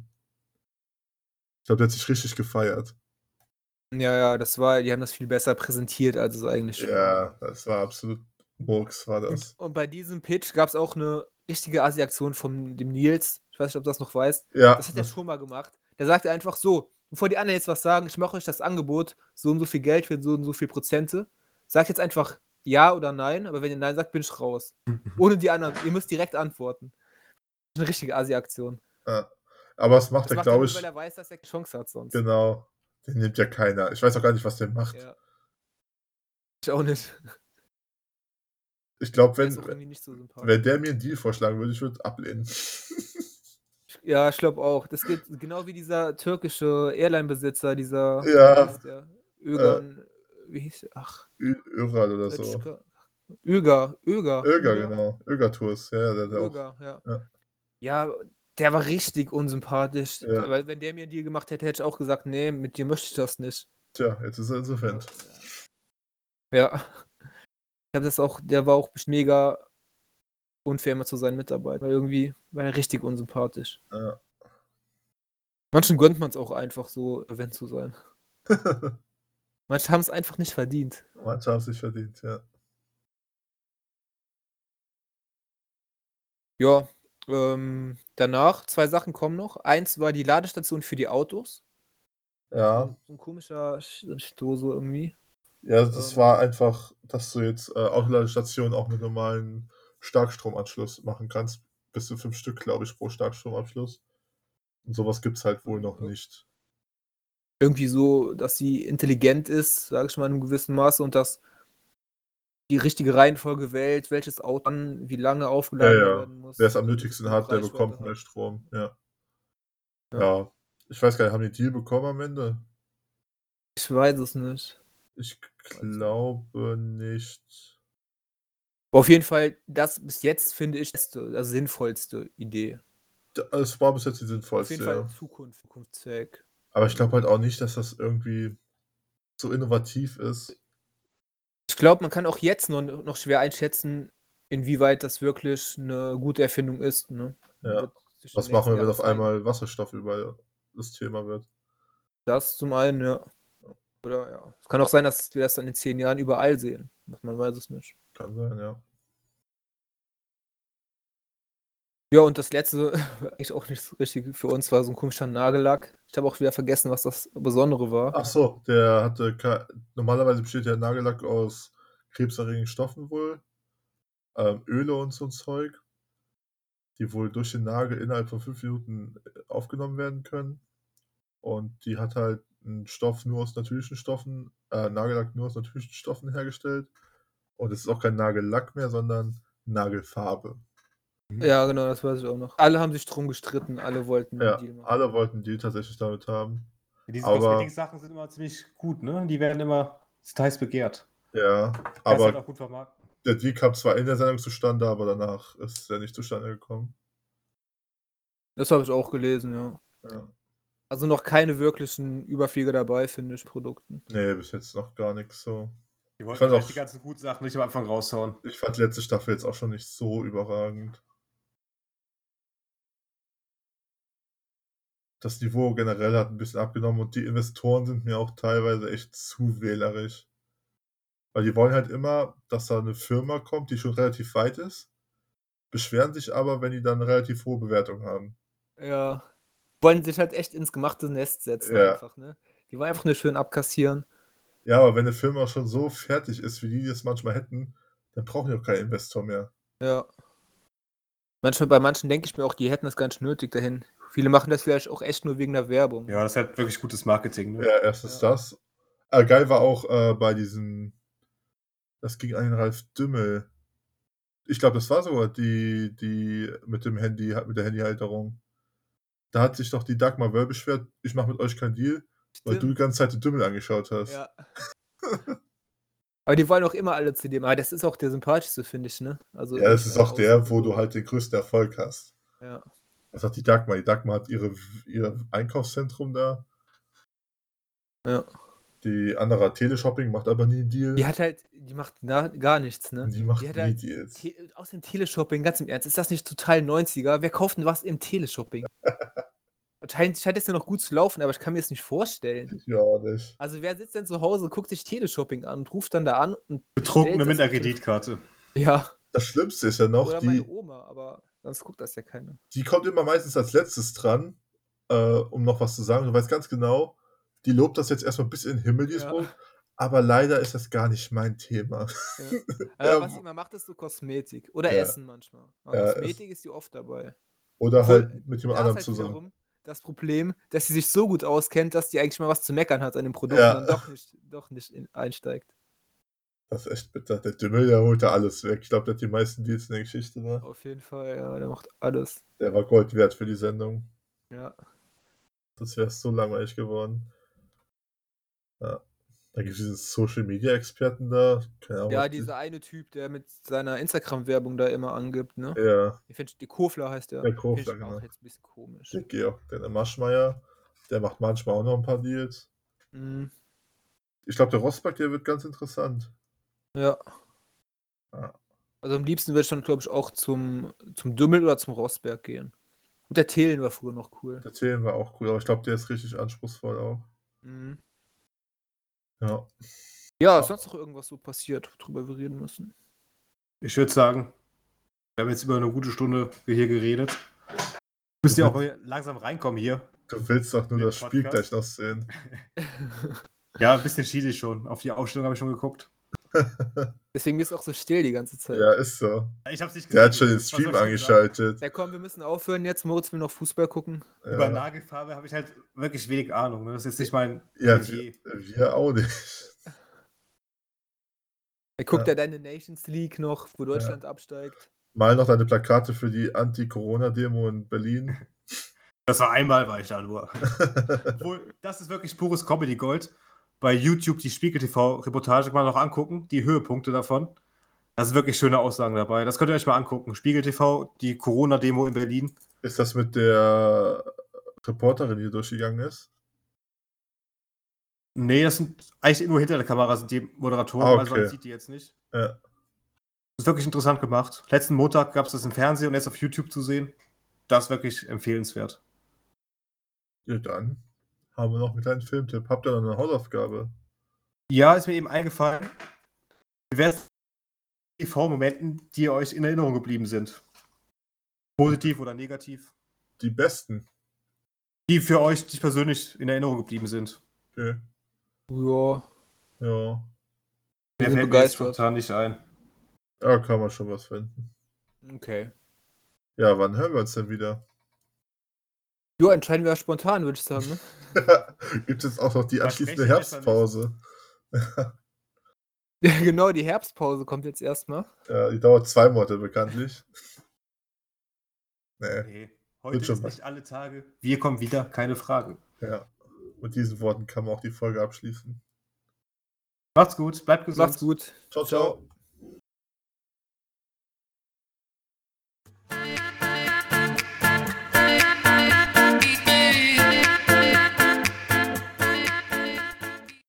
Ich glaube, der hat sich richtig gefeiert. Ja, ja, das war, die haben das viel besser präsentiert, als es eigentlich war. Ja, das war absolut Murks, war Und, das. und bei diesem Pitch gab es auch eine richtige Asi-Aktion von dem Nils. Ich weiß nicht, ob du das noch weißt. Ja, Das hat er das, schon mal gemacht. Der sagte einfach so, bevor die anderen jetzt was sagen, ich mache euch das Angebot, so und so viel Geld für so und so viel Prozente. Sagt jetzt einfach ja oder nein, aber wenn ihr nein sagt, bin ich raus. Ohne die anderen. Ihr müsst direkt antworten. Das ist eine richtige Asi-Aktion. ja. Aber das macht Das er, macht er glaube nur, weil ich, er weiß, dass er keine Chance hat sonst. genau. Den nimmt ja keiner. Ich weiß auch gar nicht, was der macht. Ja. Ich auch nicht. Ich glaube, Der ist wenn, auch irgendwie nicht so sympathisch. wenn der mir einen Deal vorschlagen würde, ich würde ablehnen. Ja, ich glaube auch. Das geht genau wie dieser türkische Airline-Besitzer, dieser, Ja. wie hieß der? Ögan, wie hieß der? Ach, Ö- Öral oder so. Özka- Öger, Öger. Öger, genau. Öger-Tours, ja, der, der auch. Öger, ja. Ja. Ja, der war richtig unsympathisch. Ja. Weil wenn der mir einen Deal gemacht hätte, hätte ich auch gesagt, nee, mit dir möchte ich das nicht. Tja, jetzt ist er insolvent. Ja. Ich habe das auch, der war auch mega unfair immer zu seinen Mitarbeitern. Weil irgendwie war er richtig unsympathisch. Ja. Manchen gönnt man es auch einfach so, Event zu sein. Manche haben es einfach nicht verdient. Manche haben es sich verdient, ja. Ja, ähm, danach, zwei Sachen kommen noch. Eins war die Ladestation für die Autos. Ja. So, so ein komischer Sch- Stoße irgendwie. Ja, das Ähm. war einfach, dass du jetzt äh, Autoladestationen auch mit normalen Starkstromanschluss machen kannst. Bis zu fünf Stück, glaube ich, pro Starkstromanschluss. Und sowas gibt es halt wohl noch Ja. nicht. Irgendwie so, dass sie intelligent ist, sage ich mal, in einem gewissen Maße und dass die richtige Reihenfolge wählt, welches Auto dann wie lange Ja, aufgeladen ja. werden muss. Wer es am damit nötigsten genug hat, der Reichweite bekommt hat. mehr Strom. Ja. Ja. Ja. Ich weiß gar nicht, haben die Deal bekommen am Ende? Ich weiß es nicht. Ich glaube nicht. Aber auf jeden Fall, das bis jetzt finde ich das beste, also sinnvollste Idee. D- Es war bis jetzt die Auf sinnvollste, jeden Fall ja. in Zukunft, zukunftsfähig. Aber ich glaube halt auch nicht, dass das irgendwie so innovativ ist. Ich glaube, man kann auch jetzt noch, noch schwer einschätzen, inwieweit das wirklich eine gute Erfindung ist. Ne? Ja. Wird sich in Was den machen wir, nächsten wenn auf Jahren zeigen. einmal Wasserstoff überall das Thema wird? Das zum einen, ja. Oder ja. Es kann auch sein, dass wir das dann in zehn Jahren überall sehen. Man weiß es nicht. Kann sein, ja. Ja, und das letzte, eigentlich auch nicht so richtig für uns, war so ein komischer Nagellack. Ich habe auch wieder vergessen, was das Besondere war. Ach so, der hatte ke- normalerweise besteht der Nagellack aus krebserregenden Stoffen wohl, ähm, Öle und so ein Zeug, die wohl durch den Nagel innerhalb von fünf Minuten äh, aufgenommen werden können. Und die hat halt einen Stoff nur aus natürlichen Stoffen, äh, Nagellack nur aus natürlichen Stoffen hergestellt. Und es ist auch kein Nagellack mehr, sondern Nagelfarbe. Ja, genau, das weiß ich auch noch. Alle haben sich drum gestritten, alle wollten Ja, einen Deal machen. alle wollten die tatsächlich damit haben. Diese Aber- Kosmetik-Sachen sind immer ziemlich gut, ne? Die werden immer heiß begehrt. Ja, Kannst halt aber auch gut vermarkten. der Deal kam zwar in der Sendung zustande, aber danach ist er nicht zustande gekommen. Das habe ich auch gelesen, ja. Ja. Also noch keine wirklichen Überflieger dabei, finde ich, Produkten. Nee, bis jetzt noch gar nichts so. Die wollten fand vielleicht auch- die ganzen guten Sachen nicht am Anfang raushauen. Ich fand die letzte Staffel jetzt auch schon nicht so überragend. das Niveau generell hat ein bisschen abgenommen und die Investoren sind mir auch teilweise echt zu wählerisch. Weil die wollen halt immer, dass da eine Firma kommt, die schon relativ weit ist, beschweren sich aber, wenn die dann 'ne relativ hohe Bewertung haben. Ja. Wollen sich halt echt ins gemachte Nest setzen Ja. einfach, ne? Die wollen einfach nur schön abkassieren. Ja, aber wenn 'ne Firma schon so fertig ist, wie die das manchmal hätten, dann brauchen die auch keinen Investor mehr. Ja. Manchmal bei manchen denke ich mir auch, die hätten das gar nicht nötig dahin. Viele machen das vielleicht auch echt nur wegen der Werbung. Ja, das ist halt wirklich gutes Marketing, ne? Ja, erstens Ja. das. Äh, geil war auch, äh, bei diesem das ging an den Ralf Dümmel. Ich glaube, das war sogar die die mit dem Handy mit der Handyhalterung. Da hat sich doch die Dagmar Wöll beschwert: „Ich mache mit euch keinen Deal, weil du die Stimmt. ganze Zeit den Dümmel angeschaut hast." Ja. Aber die wollen auch immer alle zu dem. Aber das ist auch der sympathischste, finde ich, ne? Also Ja, das irgendwie ist alle auch der, außen wo du so. halt den größten Erfolg hast. Ja. Das hat die Dagmar. Die Dagmar hat ihre ihr Einkaufszentrum da. Ja. Die andere hat Teleshopping, macht aber nie 'n Deal. Die hat halt die macht na gar nichts, ne? Die macht Die hat nie halt Deals. Te außerdem Teleshopping, ganz im Ernst, ist das nicht total neunziger? Wer kauft denn was im Teleshopping? Scheint scheint jetzt ja noch gut zu laufen, aber ich kann mir das nicht vorstellen. Ich auch nicht. Also, wer sitzt denn zu Hause und guckt sich Teleshopping an und ruft dann da an und Betrunkene bestellt mit das der Kreditkarte. Ja. Das Schlimmste ist ja noch, Oder meine die Oma, aber sonst guckt das ja keiner. die kommt immer meistens als Letztes dran, äh, um noch was zu sagen. Du weißt ganz genau, die lobt das jetzt erst mal bis in den Himmel, dieses Ja. Produkt, aber leider ist das gar nicht mein Thema. Ja. Äh, Ja, was sie immer macht, ist so Kosmetik oder Ja. Essen manchmal. Aber Ja, es Kosmetik ist sie oft dabei. oder Obwohl, halt mit jemand da ist anderem halt zusammen. wiederum das Problem, dass sie sich so gut auskennt, dass die eigentlich mal was zu meckern hat an dem Produkt Ja. und dann doch nicht doch nicht in einsteigt. Das ist echt bitter. Der Dümmel, der holt da alles weg. Ich glaube, der hat die meisten Deals in der Geschichte, ne? Auf jeden Fall, ja, der macht alles. Der war Gold wert für die Sendung. Ja. Das wäre so langweilig geworden. Ja. Da gibt's diesen Social-Media-Experten da. Keine Ahnung, Ja, was die dieser eine Typ, der mit seiner Instagram-Werbung da immer angibt, ne? Ja, Ich finde die Kofler heißt der. der Finde Kofler, ich auch genau. jetzt 'n bisschen komisch. Der Georg, der Maschmeyer, der macht manchmal auch noch 'n paar Deals. Mhm. Ich glaube, der Rossback, der wird ganz interessant. Ja. Ja. Also, am liebsten würde ich dann, glaube ich, auch zum zum Dümmel oder zum Rossberg gehen. Und der Thelen war früher noch cool. Der Thelen war auch cool, aber ich glaube, der ist richtig anspruchsvoll auch. Mhm. Ja. Ja, Ah. ist sonst noch irgendwas so passiert, worüber wir reden müssen? Ich würde sagen, wir haben jetzt über 'ne gute Stunde hier geredet. Müsst ihr auch mal langsam reinkommen hier. Du willst doch nur Mit das Spiel Podcast. gleich noch sehen. Ja, 'n bisschen schiele ich schon. Auf die Aufstellung habe ich schon geguckt. Deswegen bist du auch so still die ganze Zeit. Ja, ist so. Ich habe es nicht Der hat gesehen. schon den Was soll Stream ich denn sagen? angeschaltet. Ja, komm, wir müssen aufhören jetzt. Moritz will noch Fußball gucken. Über Ja. Nagelfarbe habe ich halt wirklich wenig Ahnung, ne? Das ist jetzt nicht mein Ja, Metier. wir wir auch nicht. Er guckt Ja. ja deine Nations League noch, wo Deutschland absteigt. Mal noch deine Plakate für die Anti-Corona-Demo in Berlin. Das war einmal, war ich da nur. Obwohl, das ist wirklich pures Comedy-Gold. Bei YouTube die Spiegel-T V-Reportage mal noch angucken, die Höhepunkte davon. Da sind wirklich schöne Aussagen dabei. Das könnt ihr euch mal angucken. Spiegel-T V, die Corona-Demo in Berlin. Ist das mit der Reporterin, die durchgegangen ist? Nee, das sind eigentlich nur hinter der Kamera sind die Moderatoren, Ah, also man okay. sieht die jetzt nicht. Ja. Das ist wirklich interessant gemacht. Letzten Montag gab es das im Fernsehen und jetzt auf YouTube zu sehen. Das ist wirklich empfehlenswert. Ja, dann haben wir noch einen kleinen Filmtipp. Habt ihr noch eine Hausaufgabe? Ja, ist mir eben eingefallen. Wie wäre es T V-Momenten, die euch in Erinnerung geblieben sind? Positiv oder negativ? Die besten. Die für euch die persönlich in Erinnerung geblieben sind. Okay. Ja. Ja. Wir Mir sind fällt mir jetzt begeistert. spontan nicht ein. Da kann man schon was finden. Okay. Ja, wann hören wir uns denn wieder? Jo, entscheiden wir ja spontan, würde ich sagen, ne? Gibt es jetzt auch noch die anschließende Versprechen wir Herbstpause? Ja, genau, die Herbstpause kommt jetzt erstmal. Ja, die dauert zwei Monate bekanntlich. Nee, Nee, heute wird schon ist was. nicht alle Tage. Wir kommen wieder, keine Frage. Ja. Mit diesen Worten kann man auch die Folge abschließen. Macht's gut, bleibt gesund. Macht's gut. Ciao, ciao.